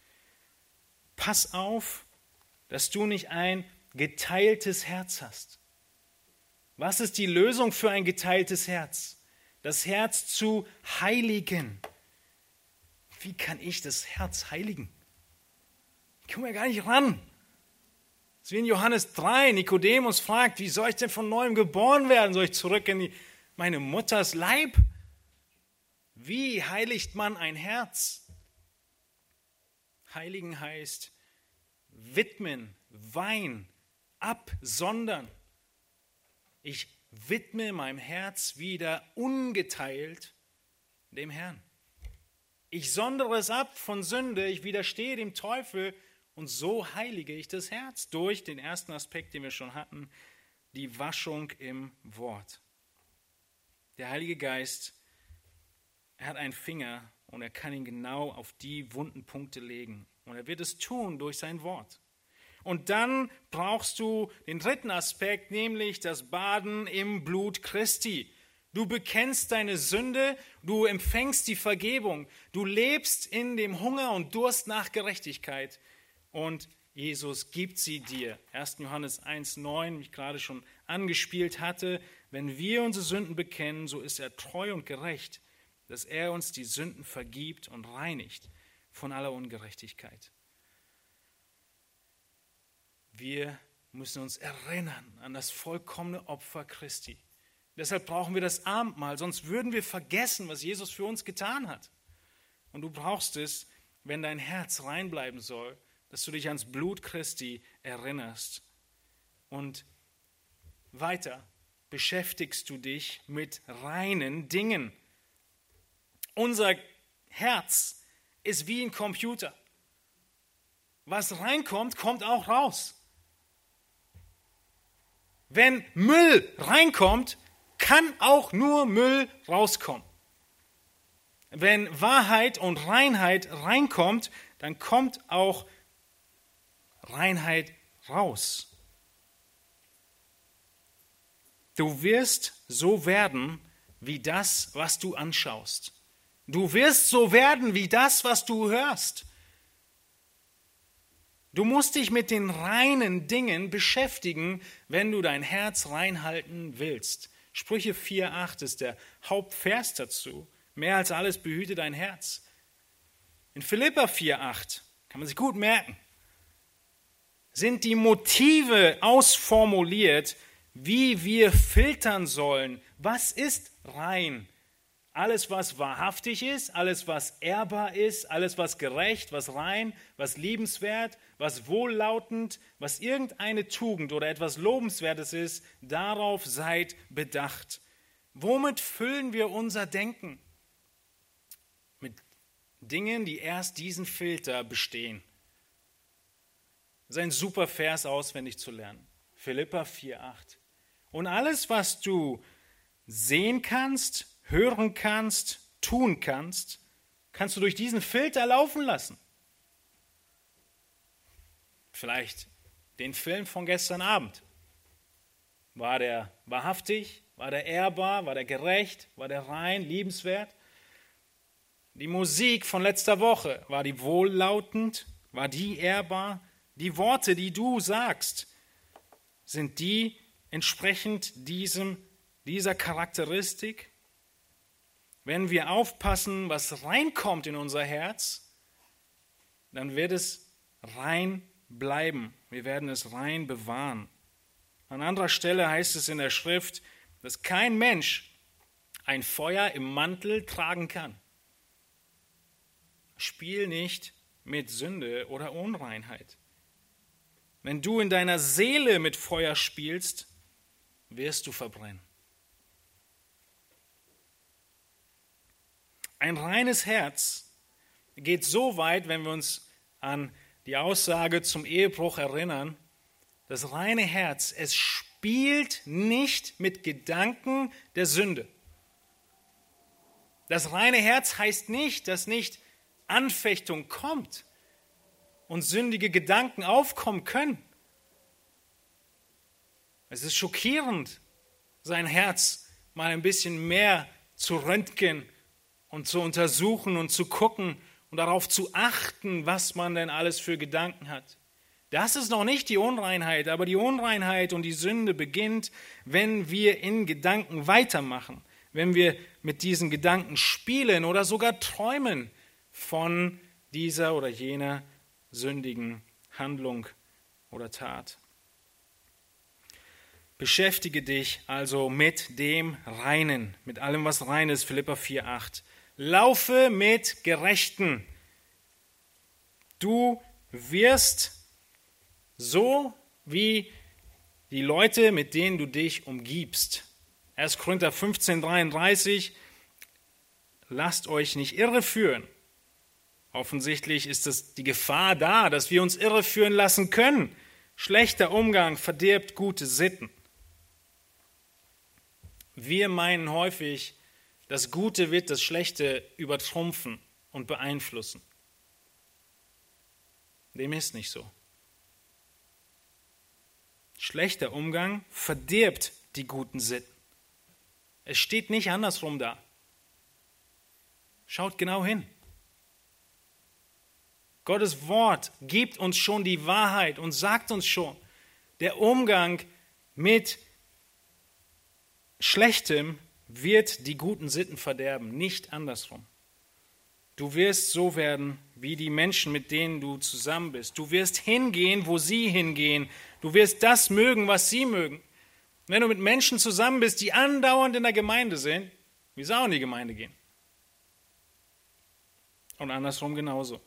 Pass auf, dass du nicht ein geteiltes Herz hast. Was ist die Lösung für ein geteiltes Herz? Das Herz zu heiligen. Wie kann ich das Herz heiligen? Ich komme ja gar nicht ran. Es ist wie in Johannes drei, Nikodemus fragt, wie soll ich denn von neuem geboren werden? Soll ich zurück in die, meine Mutters Leib? Wie heiligt man ein Herz? Heiligen heißt widmen, weihen, absondern. Ich widme meinem Herz wieder ungeteilt dem Herrn. Ich sondere es ab von Sünde, ich widerstehe dem Teufel und so heilige ich das Herz durch den ersten Aspekt, den wir schon hatten, die Waschung im Wort. Der Heilige Geist, er hat einen Finger und er kann ihn genau auf die wunden Punkte legen. Und er wird es tun durch sein Wort. Und dann brauchst du den dritten Aspekt, nämlich das Baden im Blut Christi. Du bekennst deine Sünde, du empfängst die Vergebung, du lebst in dem Hunger und Durst nach Gerechtigkeit und Jesus gibt sie dir. erster Johannes eins neun, wie ich gerade schon angespielt hatte, wenn wir unsere Sünden bekennen, so ist er treu und gerecht, dass er uns die Sünden vergibt und reinigt von aller Ungerechtigkeit. Wir müssen uns erinnern an das vollkommene Opfer Christi. Deshalb brauchen wir das Abendmahl, sonst würden wir vergessen, was Jesus für uns getan hat. Und du brauchst es, wenn dein Herz rein bleiben soll, dass du dich ans Blut Christi erinnerst. Und weiter beschäftigst du dich mit reinen Dingen. Unser Herz ist wie ein Computer. Was reinkommt, kommt auch raus. Wenn Müll reinkommt, kann auch nur Müll rauskommen. Wenn Wahrheit und Reinheit reinkommt, dann kommt auch Reinheit raus. Du wirst so werden wie das, was du anschaust. Du wirst so werden wie das, was du hörst. Du musst dich mit den reinen Dingen beschäftigen, wenn du dein Herz reinhalten willst. Sprüche vier acht ist der Hauptvers dazu. Mehr als alles behüte dein Herz. In Philipper vier acht, kann man sich gut merken, sind die Motive ausformuliert, wie wir filtern sollen. Was ist rein? Alles, was wahrhaftig ist, alles, was ehrbar ist, alles, was gerecht, was rein, was liebenswert, was wohllautend, was irgendeine Tugend oder etwas Lobenswertes ist, darauf seid bedacht. Womit füllen wir unser Denken? Mit Dingen, die erst diesen Filter bestehen. Das ist ein super Vers auswendig zu lernen. Philipper vier acht. Und alles, was du sehen kannst, hören kannst, tun kannst, kannst du durch diesen Filter laufen lassen. Vielleicht den Film von gestern Abend. War der wahrhaftig? War der ehrbar? War der gerecht? War der rein, liebenswert? Die Musik von letzter Woche, war die wohllautend? War die ehrbar? Die Worte, die du sagst, sind die entsprechend diesem, dieser Charakteristik? Wenn wir aufpassen, was reinkommt in unser Herz, dann wird es rein bleiben. Wir werden es rein bewahren. An anderer Stelle heißt es in der Schrift, dass kein Mensch ein Feuer im Mantel tragen kann. Spiel nicht mit Sünde oder Unreinheit. Wenn du in deiner Seele mit Feuer spielst, wirst du verbrennen. Ein reines Herz geht so weit, wenn wir uns an die Aussage zum Ehebruch erinnern, das reine Herz, es spielt nicht mit Gedanken der Sünde. Das reine Herz heißt nicht, dass nicht Anfechtung kommt und sündige Gedanken aufkommen können. Es ist schockierend, sein Herz mal ein bisschen mehr zu röntgen und zu untersuchen und zu gucken und darauf zu achten, was man denn alles für Gedanken hat. Das ist noch nicht die Unreinheit, aber die Unreinheit und die Sünde beginnt, wenn wir in Gedanken weitermachen, wenn wir mit diesen Gedanken spielen oder sogar träumen von dieser oder jener sündigen Handlung oder Tat. Beschäftige dich also mit dem Reinen, mit allem, was rein ist, Philipper vier acht. Laufe mit Gerechten. Du wirst so wie die Leute, mit denen du dich umgibst. erster Korinther fünfzehn dreiunddreißig. Lasst euch nicht irreführen. Offensichtlich ist es die Gefahr da, dass wir uns irreführen lassen können. Schlechter Umgang verdirbt gute Sitten. Wir meinen häufig, das Gute wird das Schlechte übertrumpfen und beeinflussen. Dem ist nicht so. Schlechter Umgang verdirbt die guten Sitten. Es steht nicht andersrum da. Schaut genau hin. Gottes Wort gibt uns schon die Wahrheit und sagt uns schon, der Umgang mit Schlechtem wird die guten Sitten verderben, nicht andersrum. Du wirst so werden wie die Menschen, mit denen du zusammen bist. Du wirst hingehen, wo sie hingehen. Du wirst das mögen, was sie mögen. Wenn du mit Menschen zusammen bist, die andauernd in der Gemeinde sind, wie soll auch in die Gemeinde gehen? Und andersrum genauso.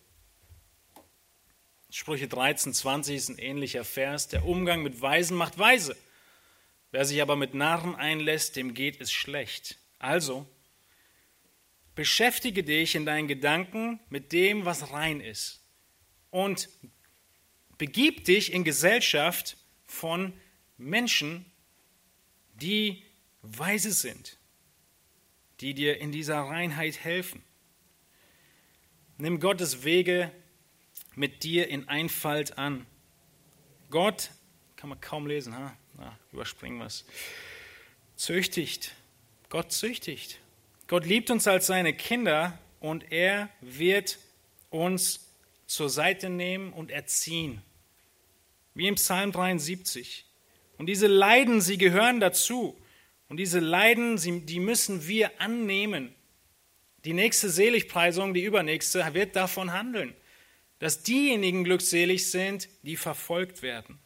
Sprüche dreizehn zwanzig ist ein ähnlicher Vers. Der Umgang mit Weisen macht weise. Wer sich aber mit Narren einlässt, dem geht es schlecht. Also, beschäftige dich in deinen Gedanken mit dem, was rein ist. Und begib dich in Gesellschaft von Menschen, die weise sind, die dir in dieser Reinheit helfen. Nimm Gottes Wege mit dir in Einfalt an. Gott, kann man kaum lesen, ha? Na, überspringen wir es. Züchtigt. Gott züchtigt. Gott liebt uns als seine Kinder und er wird uns zur Seite nehmen und erziehen. Wie im Psalm dreiundsiebzig. Und diese Leiden, sie gehören dazu. Und diese Leiden, sie, die müssen wir annehmen. Die nächste Seligpreisung, die übernächste, wird davon handeln, dass diejenigen glückselig sind, die verfolgt werden.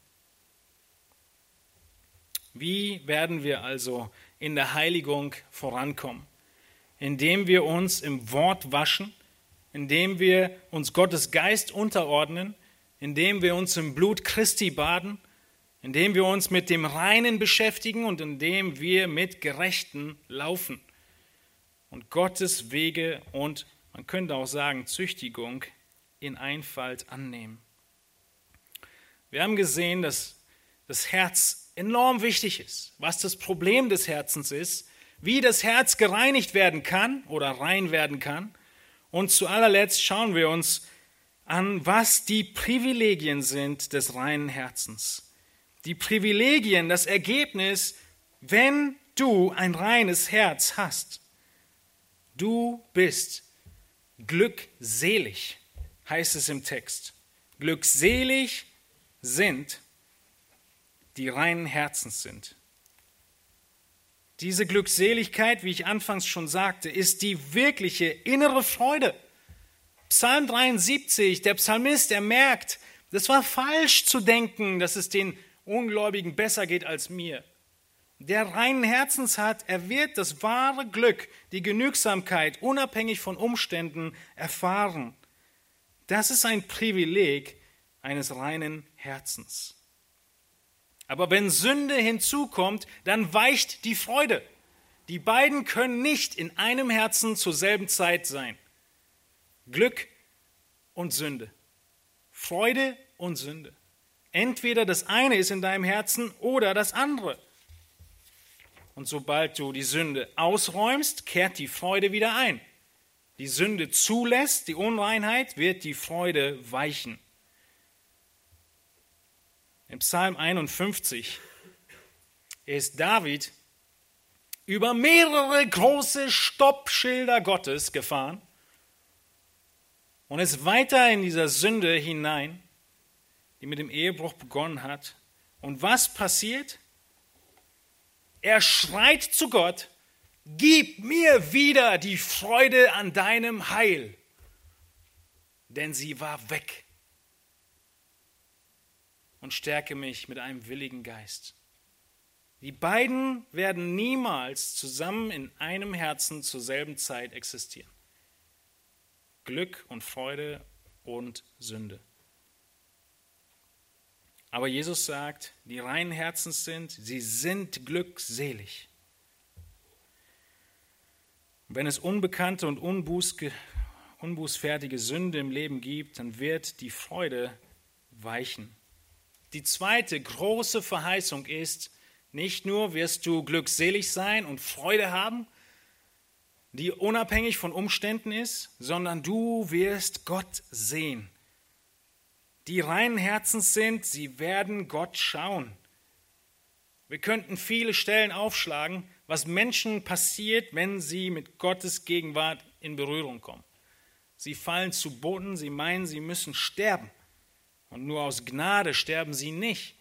Wie werden wir also in der Heiligung vorankommen? Indem wir uns im Wort waschen, indem wir uns Gottes Geist unterordnen, indem wir uns im Blut Christi baden, indem wir uns mit dem Reinen beschäftigen und indem wir mit Gerechten laufen und Gottes Wege und, man könnte auch sagen, Züchtigung in Einfalt annehmen. Wir haben gesehen, dass das Herz enorm wichtig ist, was das Problem des Herzens ist, wie das Herz gereinigt werden kann oder rein werden kann. Und zu allerletzt schauen wir uns an, was die Privilegien sind des reinen Herzens. Die Privilegien, das Ergebnis, wenn du ein reines Herz hast. Du bist glückselig, heißt es im Text. Glückselig sind, die reinen Herzens sind. Diese Glückseligkeit, wie ich anfangs schon sagte, ist die wirkliche innere Freude. Psalm dreiundsiebzig, der Psalmist, er merkt, das war falsch zu denken, dass es den Ungläubigen besser geht als mir. Der reinen Herzens hat, er wird das wahre Glück, die Genügsamkeit, unabhängig von Umständen, erfahren. Das ist ein Privileg eines reinen Herzens. Aber wenn Sünde hinzukommt, dann weicht die Freude. Die beiden können nicht in einem Herzen zur selben Zeit sein. Glück und Sünde. Freude und Sünde. Entweder das eine ist in deinem Herzen oder das andere. Und sobald du die Sünde ausräumst, kehrt die Freude wieder ein. Die Sünde zulässt, die Unreinheit, wird die Freude weichen. Im Psalm einundfünfzig ist David über mehrere große Stoppschilder Gottes gefahren und ist weiter in dieser Sünde hinein, die mit dem Ehebruch begonnen hat. Und was passiert? Er schreit zu Gott, gib mir wieder die Freude an deinem Heil, denn sie war weg. Und stärke mich mit einem willigen Geist. Die beiden werden niemals zusammen in einem Herzen zur selben Zeit existieren. Glück und Freude und Sünde. Aber Jesus sagt, die reinen Herzens sind, sie sind glückselig. Wenn es unbekannte und unbußge, unbußfertige Sünde im Leben gibt, dann wird die Freude weichen. Die zweite große Verheißung ist, nicht nur wirst du glückselig sein und Freude haben, die unabhängig von Umständen ist, sondern du wirst Gott sehen. Die reinen Herzens sind, sie werden Gott schauen. Wir könnten viele Stellen aufschlagen, was Menschen passiert, wenn sie mit Gottes Gegenwart in Berührung kommen. Sie fallen zu Boden, sie meinen, sie müssen sterben. Und nur aus Gnade sterben sie nicht.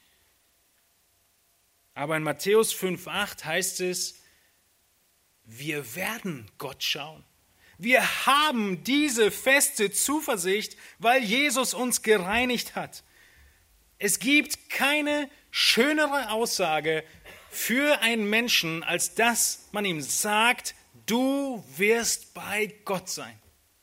Aber in Matthäus fünf acht heißt es, wir werden Gott schauen. Wir haben diese feste Zuversicht, weil Jesus uns gereinigt hat. Es gibt keine schönere Aussage für einen Menschen, als dass man ihm sagt, du wirst bei Gott sein.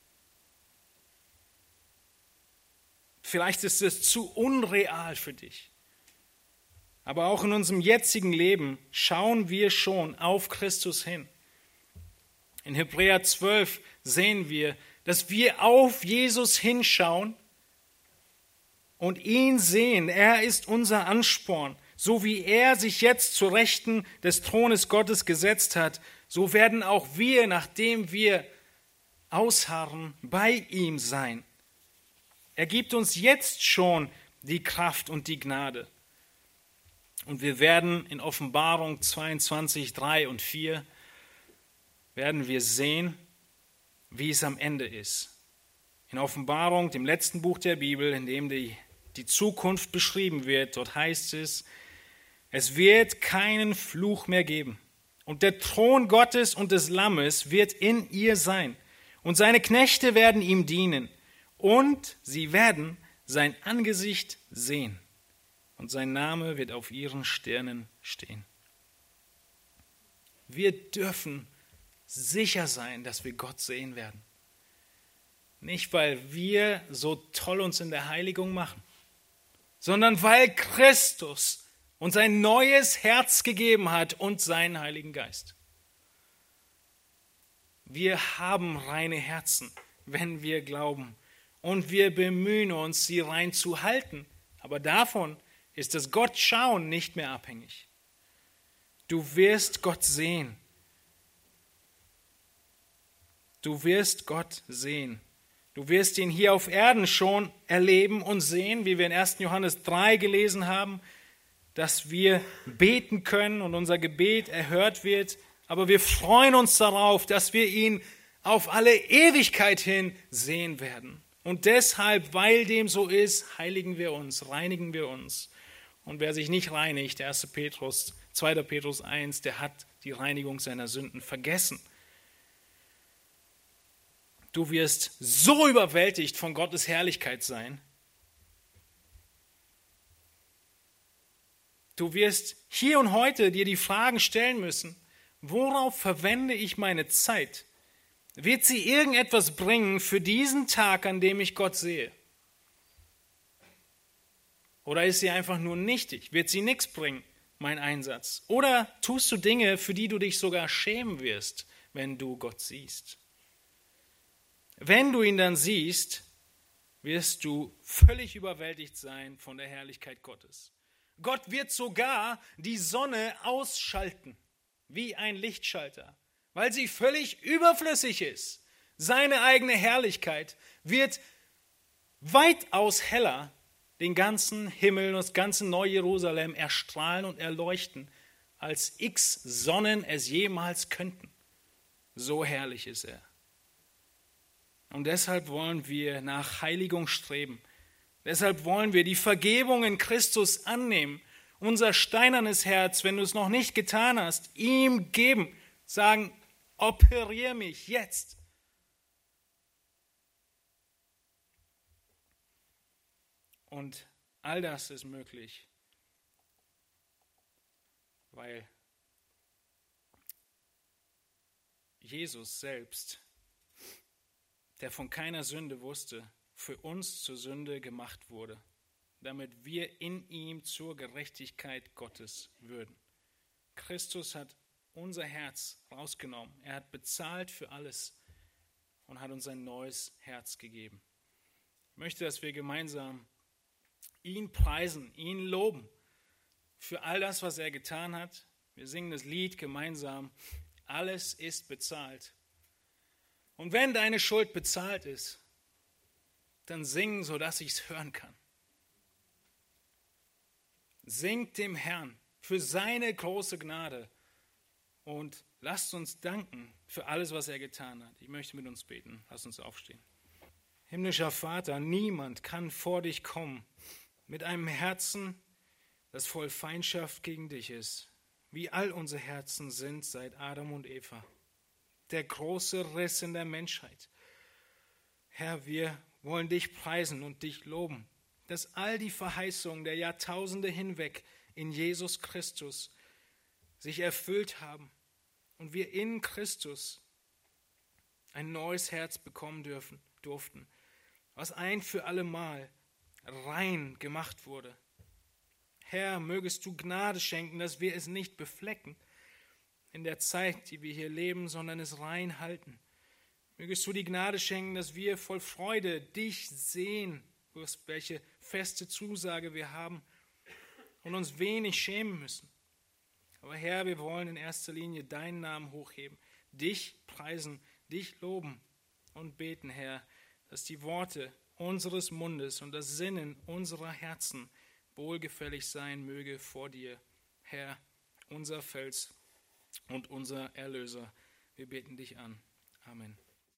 Vielleicht ist es zu unreal für dich. Aber auch in unserem jetzigen Leben schauen wir schon auf Christus hin. In Hebräer zwölf sehen wir, dass wir auf Jesus hinschauen und ihn sehen. Er ist unser Ansporn. So wie er sich jetzt zur Rechten des Thrones Gottes gesetzt hat, so werden auch wir, nachdem wir ausharren, bei ihm sein. Er gibt uns jetzt schon die Kraft und die Gnade. Und wir werden in Offenbarung zweiundzwanzig, drei und vier, werden wir sehen, wie es am Ende ist. In Offenbarung, dem letzten Buch der Bibel, in dem die, die Zukunft beschrieben wird, dort heißt es, es wird keinen Fluch mehr geben. Und der Thron Gottes und des Lammes wird in ihr sein. Und seine Knechte werden ihm dienen. Und sie werden sein Angesicht sehen. Und sein Name wird auf ihren Stirnen stehen. Wir dürfen sicher sein, dass wir Gott sehen werden. Nicht, weil wir so toll uns in der Heiligung machen, sondern weil Christus uns ein neues Herz gegeben hat und seinen Heiligen Geist. Wir haben reine Herzen, wenn wir glauben. Und wir bemühen uns, sie rein zu halten, Aber davon ist das Gottschauen nicht mehr abhängig. Du wirst Gott sehen. Du wirst Gott sehen. Du wirst ihn hier auf Erden schon erleben und sehen, wie wir in ersten Johannes drei gelesen haben, dass wir beten können und unser Gebet erhört wird. Aber wir freuen uns darauf, dass wir ihn auf alle Ewigkeit hin sehen werden. Und deshalb, weil dem so ist, heiligen wir uns, reinigen wir uns. Und wer sich nicht reinigt, erster Petrus, zweiter Petrus eins, der hat die Reinigung seiner Sünden vergessen. Du wirst so überwältigt von Gottes Herrlichkeit sein. Du wirst hier und heute dir die Fragen stellen müssen, worauf verwende ich meine Zeit? Wird sie irgendetwas bringen für diesen Tag, an dem ich Gott sehe? Oder ist sie einfach nur nichtig? Wird sie nichts bringen, mein Einsatz? Oder tust du Dinge, für die du dich sogar schämen wirst, wenn du Gott siehst? Wenn du ihn dann siehst, wirst du völlig überwältigt sein von der Herrlichkeit Gottes. Gott wird sogar die Sonne ausschalten, wie ein Lichtschalter, weil sie völlig überflüssig ist. Seine eigene Herrlichkeit wird weitaus heller den ganzen Himmel und das ganze Neu-Jerusalem erstrahlen und erleuchten, als x Sonnen es jemals könnten. So herrlich ist er. Und deshalb wollen wir nach Heiligung streben. Deshalb wollen wir die Vergebung in Christus annehmen. Unser steinernes Herz, wenn du es noch nicht getan hast, ihm geben. Sagen, operier mich jetzt. Und all das ist möglich, weil Jesus selbst, der von keiner Sünde wusste, für uns zur Sünde gemacht wurde, damit wir in ihm zur Gerechtigkeit Gottes würden. Christus hat unser Herz rausgenommen. Er hat bezahlt für alles und hat uns ein neues Herz gegeben. Ich möchte, dass wir gemeinsam ihn preisen, ihn loben für all das, was er getan hat. Wir singen das Lied gemeinsam. Alles ist bezahlt. Und wenn deine Schuld bezahlt ist, dann sing, sodass ich es hören kann. Singt dem Herrn für seine große Gnade und lasst uns danken für alles, was er getan hat. Ich möchte mit uns beten. Lasst uns aufstehen. Himmlischer Vater, niemand kann vor dich kommen mit einem Herzen, das voll Feindschaft gegen dich ist, wie all unsere Herzen sind seit Adam und Eva. Der große Riss in der Menschheit. Herr, wir wollen dich preisen und dich loben, dass all die Verheißungen der Jahrtausende hinweg in Jesus Christus sich erfüllt haben und wir in Christus ein neues Herz bekommen dürfen, durften, was ein für alle Mal rein gemacht wurde. Herr, mögest du Gnade schenken, dass wir es nicht beflecken in der Zeit, die wir hier leben, sondern es rein halten. Mögest du die Gnade schenken, dass wir voll Freude dich sehen, welche feste Zusage wir haben und uns wenig schämen müssen. Aber Herr, wir wollen in erster Linie deinen Namen hochheben, dich preisen, dich loben und beten, Herr, dass die Worte unseres Mundes und das Sinnen unserer Herzen wohlgefällig sein möge vor dir, Herr, unser Fels und unser Erlöser. Wir beten dich an. Amen.